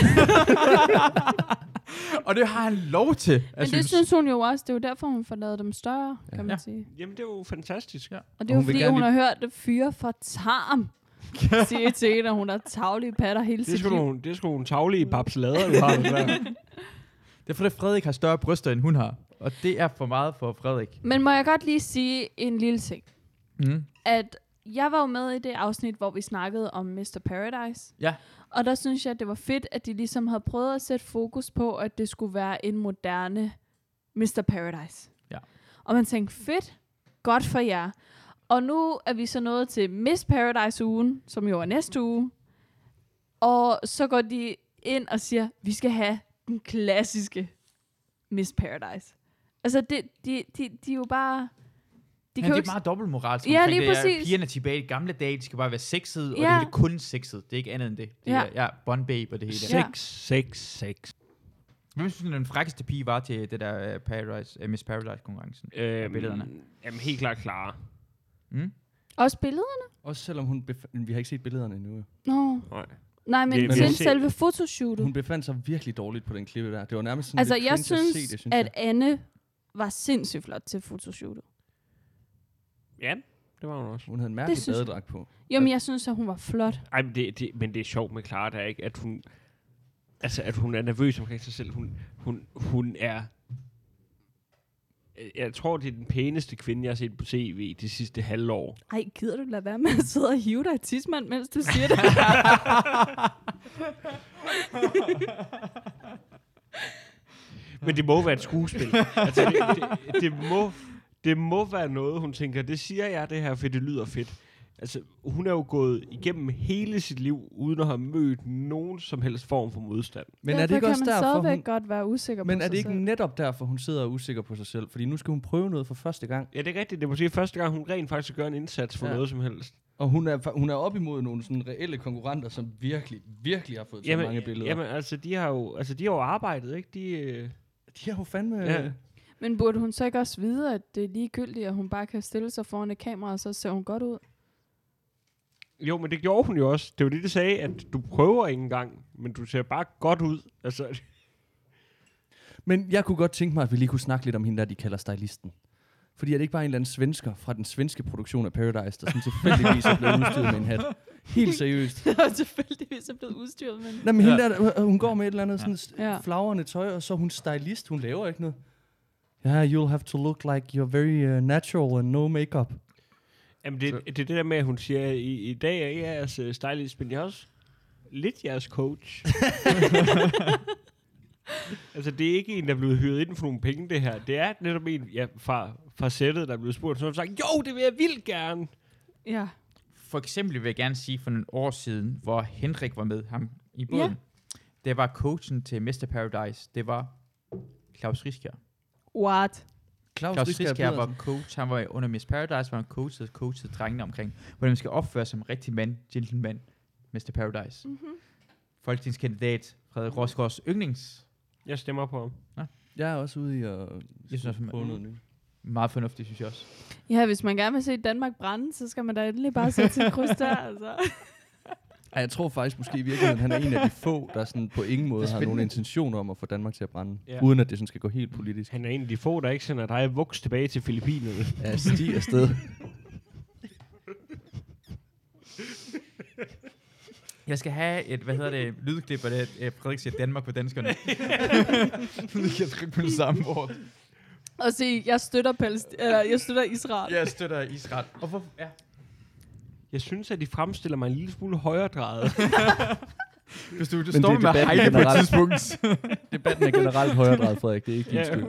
Og det har han lov til. Men det synes hun jo også. Det er jo derfor, hun får lavet dem større, kan man sige. Jamen, det er jo fantastisk. Ja. Og det er jo fordi, hun har hørt det fyre for tarm. Sige til hende, at hun har taglige patter hele sit liv. Det er sgu nogle taglige babslader, du har. Det er fordi, Frederik har større bryster, end hun har. Og det er for meget for Frederik. Men må jeg godt lige sige en lille ting. At jeg var jo med i det afsnit, hvor vi snakkede om Mr. Paradise. Ja. Og der synes jeg, at det var fedt, at de ligesom havde prøvet at sætte fokus på, at det skulle være en moderne Mr. Paradise. Ja. Og man tænkte, fedt, godt for jer. Og nu er vi så nået til Miss Paradise-ugen, som jo er næste uge. Og så går de ind og siger, vi skal have den klassiske Miss Paradise. Altså, de er jo bare... Det er meget dobbeltmoralsk. Ja, lige præcis. Pigerne tilbage i gamle dage, de skal bare være sexede, og det er kun sexet. Det er ikke andet end det. Det er Bond Babe og det hele. Sex. Hvem synes du, den frækkeste pige var til det der Miss Paradise-konkurrencen? Billederne? Jamen, helt klart Clara. Også billederne? Også selvom vi har ikke set billederne endnu. Nå. Nej, men til selve fotoshootet. Hun befandt sig virkelig dårligt på den klippe der. Det var nærmest sådan altså, lidt jeg synes, synes, at Anne var sindssygt flot til fotoshootet. Ja, det var hun også. Hun havde en mærkelig badedragt på. Jo, men jeg synes, at hun var flot. Ej, men det er sjovt med Clara, der ikke, at hun... Altså, at hun er nervøs omkring sig selv. Hun er... Jeg tror, det er den pæneste kvinde, jeg har set på TV de sidste halvår. Ej, gider du lade være med at sidde og hive dig i tidsmand, mens du siger det? Men det må være et skuespil. Altså, det må være noget, hun tænker, det siger jeg det her, for det lyder fedt. Altså, hun er jo gået igennem hele sit liv, uden at have mødt nogen som helst form for modstand. Men er det ikke også derfor, hun... godt være usikker på sig selv? Men er det ikke netop derfor, hun sidder usikker på sig selv? Fordi nu skal hun prøve noget for første gang. Ja, det er rigtigt. Det er måske første gang, hun rent faktisk gør en indsats for noget som helst. Og hun er op imod nogle sådan reelle konkurrenter, som virkelig har fået så mange billeder. Jamen, altså, de har jo arbejdet, ikke? De har jo fandme... Ja. Men burde hun så ikke også vide, at det er ligegyldigt, at hun bare kan stille sig foran et kamera, og så ser hun godt ud? Jo, men det gjorde hun jo også. Det var det sagde, at du prøver ikke engang, men du ser bare godt ud. Altså. Men jeg kunne godt tænke mig, at vi lige kunne snakke lidt om hende, der de kalder stylisten. Fordi er det ikke bare en eller anden svensker fra den svenske produktion af Paradise, der sådan tilfældigvis er blevet udstyret med en hat? Helt seriøst. Tilfældigvis er blevet udstyret med en hat. Nej, men hende der, hun går med et eller andet sådan flagrende tøj, og så er hun stylist. Hun laver ikke noget. Ja, you'll have to look like you're very natural and no makeup. Jamen, det er det der med, at hun siger, i dag er jeg jeres stylist, men jeg er også lidt jeres coach. Altså, det er ikke en, der er blevet hyret ind for nogle penge, det her. Det er netop en fra sættet, der er blevet spurgt, så har sagt, jo, det vil jeg vildt gerne. Ja. For eksempel vil jeg gerne sige, for nogle år siden, hvor Henrik var med ham i båden. Ja. Det var coachen til Mr. Paradise. Det var Claus Riskær. What? Claus Riskær var coach. Han var under Miss Paradise, hvor han coachede drengene omkring, hvordan man skal opføre sig som rigtig mand, gentleman, Mr. Paradise. Folketingskandidat Frederik Rosgaards yndlings. Jeg stemmer på ham. Ja. Jeg er også ude i at prøve noget nyt. Meget fornuftigt, synes jeg også. Ja, hvis man gerne vil se Danmark brænde, så skal man da endelig bare sætte sin kryds der, altså. Jeg tror faktisk måske i virkeligheden, han er en af de få, der sådan på ingen måde har nogen intentioner om at få Danmark til at brænde. Ja. Uden at det sådan skal gå helt politisk. Han er en af de få, der ikke sender dig vuks tilbage til Filippinerne. Ja, stiger afsted. Jeg skal have et, lydklip af det, Frederik siger Danmark på danskerne. Vi kan trykke på det samme ord. Og se, jeg støtter Israel. Jeg støtter Israel. Og hvorfor? Ja. Jeg synes, at de fremstiller mig en lille smule højredrejet. Hvis du står med Heide på et tidspunkt. Debatten er generelt højredrejet, Frederik. Det er ikke din skyld.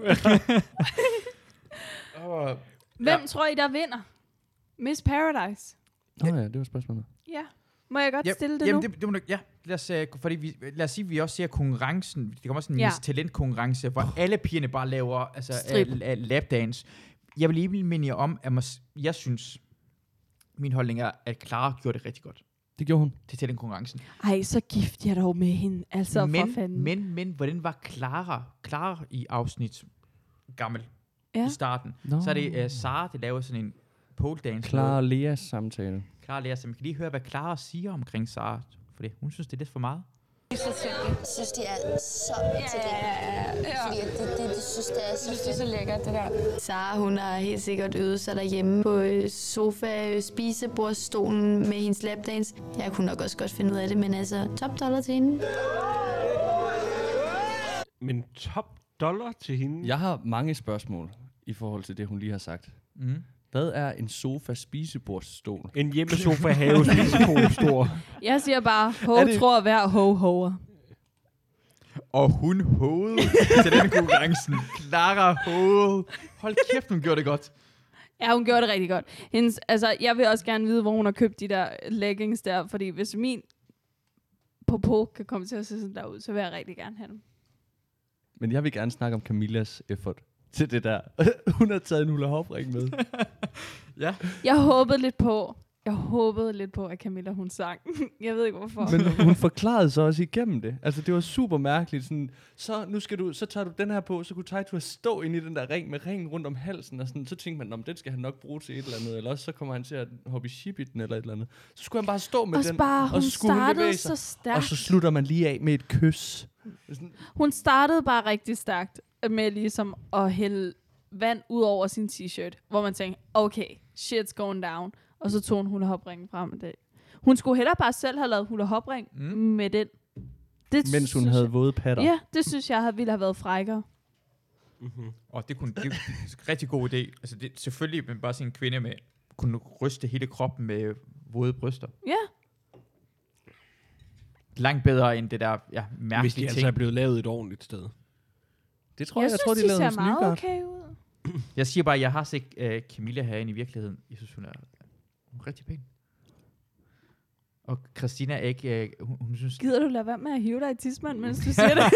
Hvem tror I, der vinder? Miss Paradise. Ja, det var spørgsmålet. Ja. Må jeg godt stille det nu? Det må du, ja. Lad os sige, at vi også ser konkurrencen. Det kommer også en Miss Talent-konkurrence, hvor alle pigerne bare laver lapdance. Jeg vil lige minde jer om, at jeg synes, min holdning er, at Clara gjorde det rigtig godt. Det gjorde hun. Til den konkurrencen. Ej, så gift jeg dog med hende. Altså, for fanden. Men, hvordan var Clara i afsnit gammel i starten? Så er det Sara, der laver sådan en pole dance. Clara og Leas samtale. Clara og Lea, så man kan lige høre, hvad Clara siger omkring Sara. For hun synes, det er lidt for meget. Jeg synes, det er så tilgængeligt. Fordi det synes, det er så lækkert, det der. Sara, hun har helt sikkert øvet sig derhjemme på sofa-spisebordstolen med hendes lapdance. Jeg kunne nok også godt finde ud af det, men altså, $top til hende. Men $top til hende? Jeg har mange spørgsmål i forhold til det, hun lige har sagt. Hvad er en sofa-spisebordstol? En hjemmesofa-have-spisebordstol. Jeg siger bare, tror hver hoer. Og hun hoede til den konkurrencen. Clara hoede. Hold kæft, hun gjorde det godt. Ja, hun gjorde det rigtig godt. Jeg vil også gerne vide, hvor hun har købt de der leggings der, fordi hvis min popo kan komme til at se sådan der ud, så vil jeg rigtig gerne have dem. Men jeg vil gerne snakke om Camillas effort til det der. Hun har taget en hula hoop-ring med. Ja. Jeg håbede lidt på, at Camilla hun sang. Jeg ved ikke hvorfor. Men hun forklarede så også igennem det. Altså det var super mærkeligt. Sådan, så tager du den her på, så kunne Taito stå inde i den der ring med ringen rundt om halsen. Og sådan, så tænkte man, den skal han nok bruge til et eller andet. Eller også så kommer han til at hoppe i ship i den eller et eller andet. Så skulle han bare stå med den. Og så skulle hun bevæge sig. Så stærkt. Og så slutter man lige af med et kys. Hun startede bare rigtig stærkt med ligesom at hælde vand ud over sin t-shirt. Hvor man tænkte, okay, shit's going down. Og så tog hun hula hoop-ringen frem med det. Hun skulle hellere bare selv have lavet hula hoop-ring med den. Mens hun havde våde patter. Ja, det synes jeg ville have været frækkere. Og det er en rigtig god idé. Altså selvfølgelig, men bare sådan en kvinde med kunne ryste hele kroppen med våde bryster. Ja. Langt bedre end det der mærkelige ting. Hvis de altså er blevet lavet et ordentligt sted. Det tror jeg tror, de lavede ser meget okay ud. Jeg siger bare, at jeg har set Camilla herinde i virkeligheden. Jeg synes, hun er rigtig pæn. Og Christina er ikke... hun synes... Gider du lade være med at hive dig i tidsmand, mens du siger det?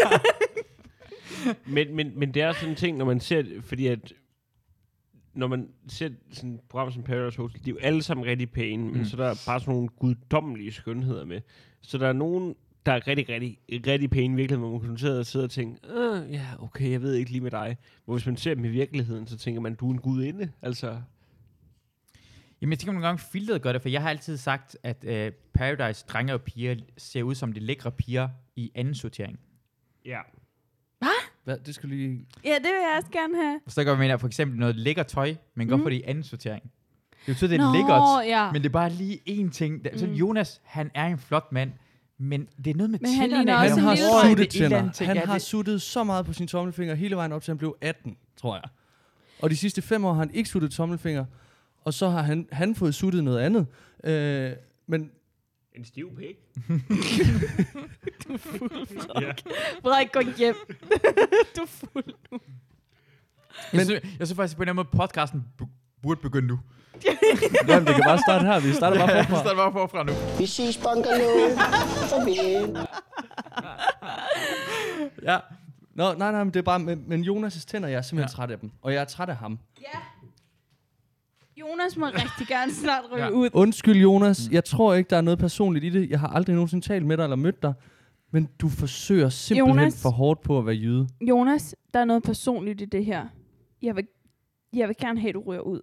men det er sådan en ting, når man ser... Fordi at... Når man ser sådan et program som Paradise Hotel, de er jo alle sammen rigtig pæne, men så der er bare sådan nogle guddommelige skønheder med. Så der er nogen, der er rigtig, rigtig, rigtig pæne i virkeligheden, hvor man kan sidde og tænke, ja, okay, jeg ved ikke lige med dig. Hvor hvis man ser dem i virkeligheden, så tænker man, du er en gudinde, altså... Jamen, jeg tænker nogle gange, filteret gør det, for jeg har altid sagt, at Paradise drenge og piger ser ud som de lækre piger i anden sortering. Ja. Hvad? Det skal lige... Ja, det vil jeg også gerne have. Så gør vi for eksempel noget lækker tøj, men godt for det i anden sortering. Det betyder, det er lækkert, men det er bare lige én ting. Så Jonas, han er en flot mand, men det er noget med tænderne. Han har suttet så meget på sine tommelfinger hele vejen op til han blev 18, tror jeg. Og de sidste 5 år har han ikke suttet tommelfinger, og så har han fået suttet noget andet. Men en stiv pæk. Du er fuld, Frederik. Frederik, gå hjem. Du er fuld nu. Jeg synes faktisk på en eller anden måde, podcasten burde begynde nu. Jamen, det kan bare starte her. Vi starter bare forfra. Vi starter bare forfra nu. Vi ses, Bungalow. Ja. Nej, men det er bare... Men Jonas' tænder, jeg er simpelthen træt af dem. Og jeg er træt af ham. Ja. Jonas må rigtig gerne snart ryge ud. Undskyld, Jonas. Jeg tror ikke, der er noget personligt i det. Jeg har aldrig nogensinde talt med dig eller mødt dig. Men du forsøger simpelthen for hårdt på at være jyde. Jonas, der er noget personligt i det her. Jeg vil gerne have, at du ryger ud.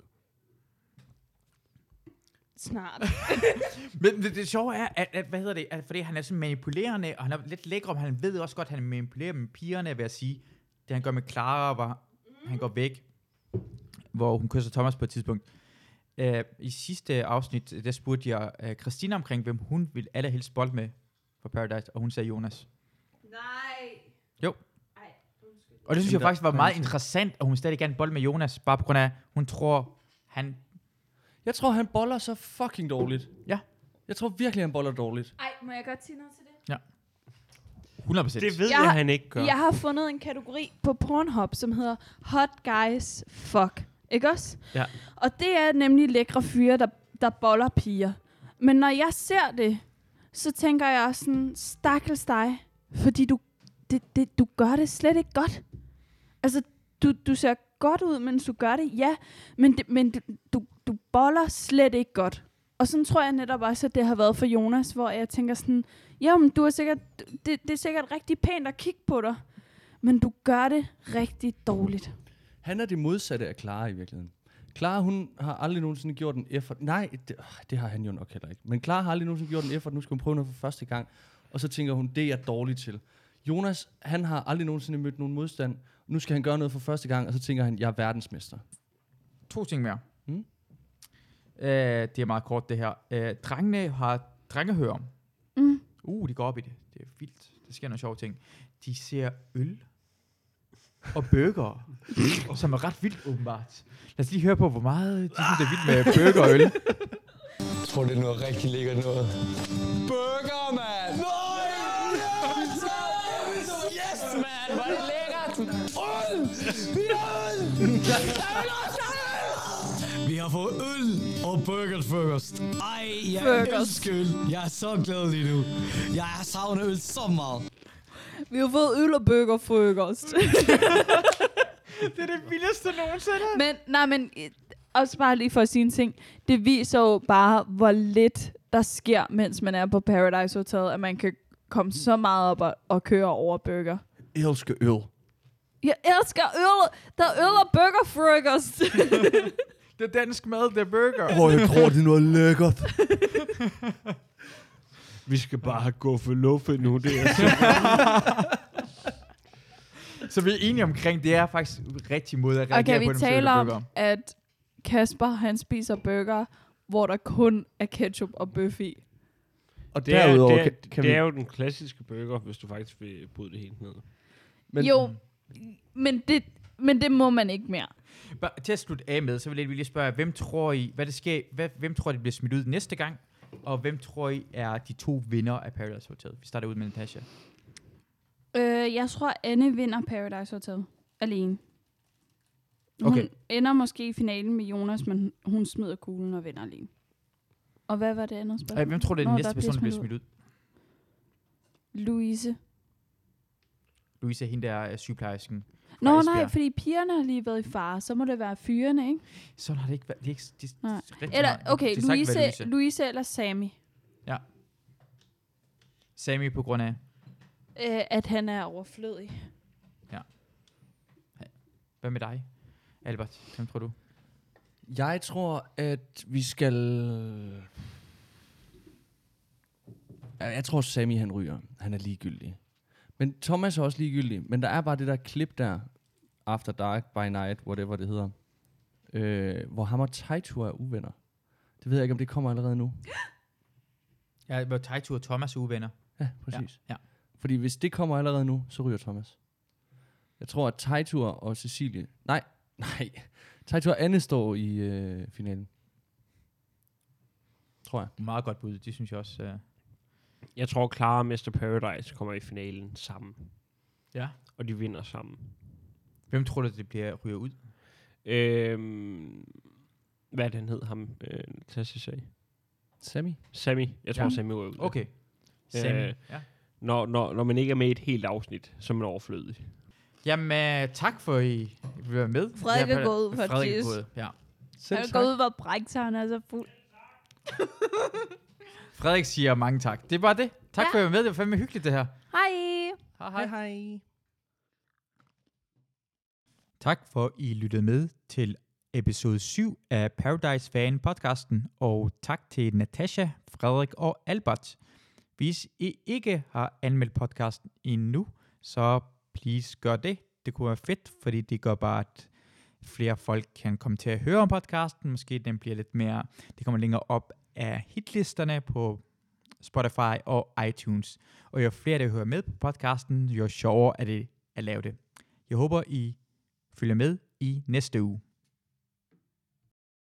Snart. Men det sjove er, at fordi han er så manipulerende, og han er lidt lækker, og han ved også godt, at han manipulerer med pigerne, ved at sige, det han gør med Clara, hvor han går væk, hvor hun kysser Thomas på et tidspunkt. I sidste afsnit, der spurgte jeg Christina omkring, hvem hun ville allerhelst bold med. for Paradise, og hun sagde Jonas. Nej. Jo. Og det synes jeg faktisk var meget interessant, at hun stadig gerne bolle med Jonas, bare på grund af, hun tror, han... Jeg tror, han boller så fucking dårligt. Ja. Jeg tror virkelig, han boller dårligt. Ej, må jeg godt sige noget til det? Ja. 100%. Det ved jeg, han ikke gør. Jeg har fundet en kategori på Pornhub, som hedder Hot Guys Fuck. Ikke også? Ja. Og det er nemlig lækre fyre, der boller piger. Men når jeg ser det, så tænker jeg sådan, stakkels dig, fordi du gør det slet ikke godt. Altså, du ser godt ud, mens du gør det, ja, men du boller slet ikke godt. Og sådan tror jeg netop også, at det har været for Jonas, hvor jeg tænker sådan, ja, men du er sikkert, det er sikkert rigtig pænt at kigge på dig, men du gør det rigtig dårligt. Han er det modsatte af Clara i virkeligheden. Clara, hun har aldrig nogensinde gjort en effort. Nej, det har han jo nok heller ikke. Men Clara har aldrig nogensinde gjort en effort. Nu skal hun prøve noget for første gang. Og så tænker hun, det er jeg dårlig til. Jonas, han har aldrig nogensinde mødt nogen modstand. Nu skal han gøre noget for første gang, og så tænker han, jeg er verdensmester. 2 ting mere. Det er meget kort, det her. Drengene har drengehør. De går op i det. Det er vildt. Der sker nogle sjove ting. De ser øl og burger, som er ret vildt åbenbart. Lad os lige høre på, hvor meget de synes, det er vildt med burger og øl. Jeg tror, det er noget rigtig lækkert noget. Burger, mand! Yes, man! Hvor er det lækkert! Øl! Vi har øl! Vi har fået øl og burger frokost. Ej, jeg elsker øl. Jeg er så glad lige nu. Jeg har savnet øl så meget. Vi har fået øl og burger frokost. Det er det vildeste nogensinde. Men også bare lige for at sige en ting. Det viser jo bare, hvor lidt der sker, mens man er på Paradise Hotel, at man kan komme så meget op og køre over burger. Jeg elsker øl. Jeg elsker øl. Der er øl og burger frokost. Det er dansk mad, det er burger. Jeg tror, det er noget lækkert. Vi skal bare have guffe nu, det er Så vi er enige omkring, det er faktisk rigtig måde at reagere på, vi taler om, at Kasper, han spiser burger, hvor der kun er ketchup og bøf i. Og det er jo den klassiske burger, hvis du faktisk vil bryde det helt ned. Men det må man ikke mere. Til at slutte af med, så vil jeg lige spørge, hvem tror I, hvem tror I bliver smidt ud næste gang? Og hvem tror I er de 2 vinder af Paradise Hotel? Vi starter ud med Natasha. Jeg tror, Anne vinder Paradise Hotel alene. Okay. Hun ender måske i finalen med Jonas, men hun smider kuglen og vinder alene. Og hvad var det andet spørgsmål? Hvem tror du, det er den næste person, der bliver smidt ud? Louise. Louise er hende, der er sygeplejersken. Nå nej, fordi pigerne har lige været i fare. Så må det være fyrene, ikke? Sådan har det ikke været. Eller, okay, Louise eller Sami. Ja. Sami på grund af? At han er overflødig. Ja. Hvad med dig, Albert? Hvem tror du? Jeg tror, at vi skal... Jeg tror, Sami han ryger. Han er ligegyldig. Men Thomas er også ligegyldig. Men der er bare det der klip der, After Dark, By Night, whatever det hedder, hvor ham og Teitur er uvenner. Det ved jeg ikke, om det kommer allerede nu. Ja, hvor Teitur og Thomas er uvenner. Ja, præcis. Ja. Fordi hvis det kommer allerede nu, så ryger Thomas. Jeg tror, at Teitur og Cecilie... Nej. Teitur og Anne står i finalen. Tror jeg. Meget godt bud, det synes jeg også. Jeg tror, Clara og Mr. Paradise kommer i finalen sammen. Ja. Og de vinder sammen. Hvem tror du, det bliver ryger ud? Hvad den hed ham? Natasha sagde. Sami. Jeg tror, Sami ryger ud. Okay. Sami, ja. Når man ikke er med i et helt afsnit, så er man overflødig. Jamen, tak for, I vil være med. Frederik er gået ud for Frederik er gået, ja. Han er gået ud for bræk, så han er så fuld. Frederik siger mange tak. Det er bare det. Tak for at være med. Det var fandme hyggeligt, det her. Hej. Hej. Tak for, I lyttede med til episode 7 af Paradise Fan podcasten. Og tak til Natasha, Frederik og Albert. Hvis I ikke har anmeldt podcasten endnu, så please gør det. Det kunne være fedt, fordi det gør bare, at flere folk kan komme til at høre om podcasten. Måske den bliver lidt mere, det kommer længere op af hitlisterne på Spotify og iTunes. Og jo flere, der hører med på podcasten, jo sjovere er det at lave det. Jeg håber, I følger med i næste uge.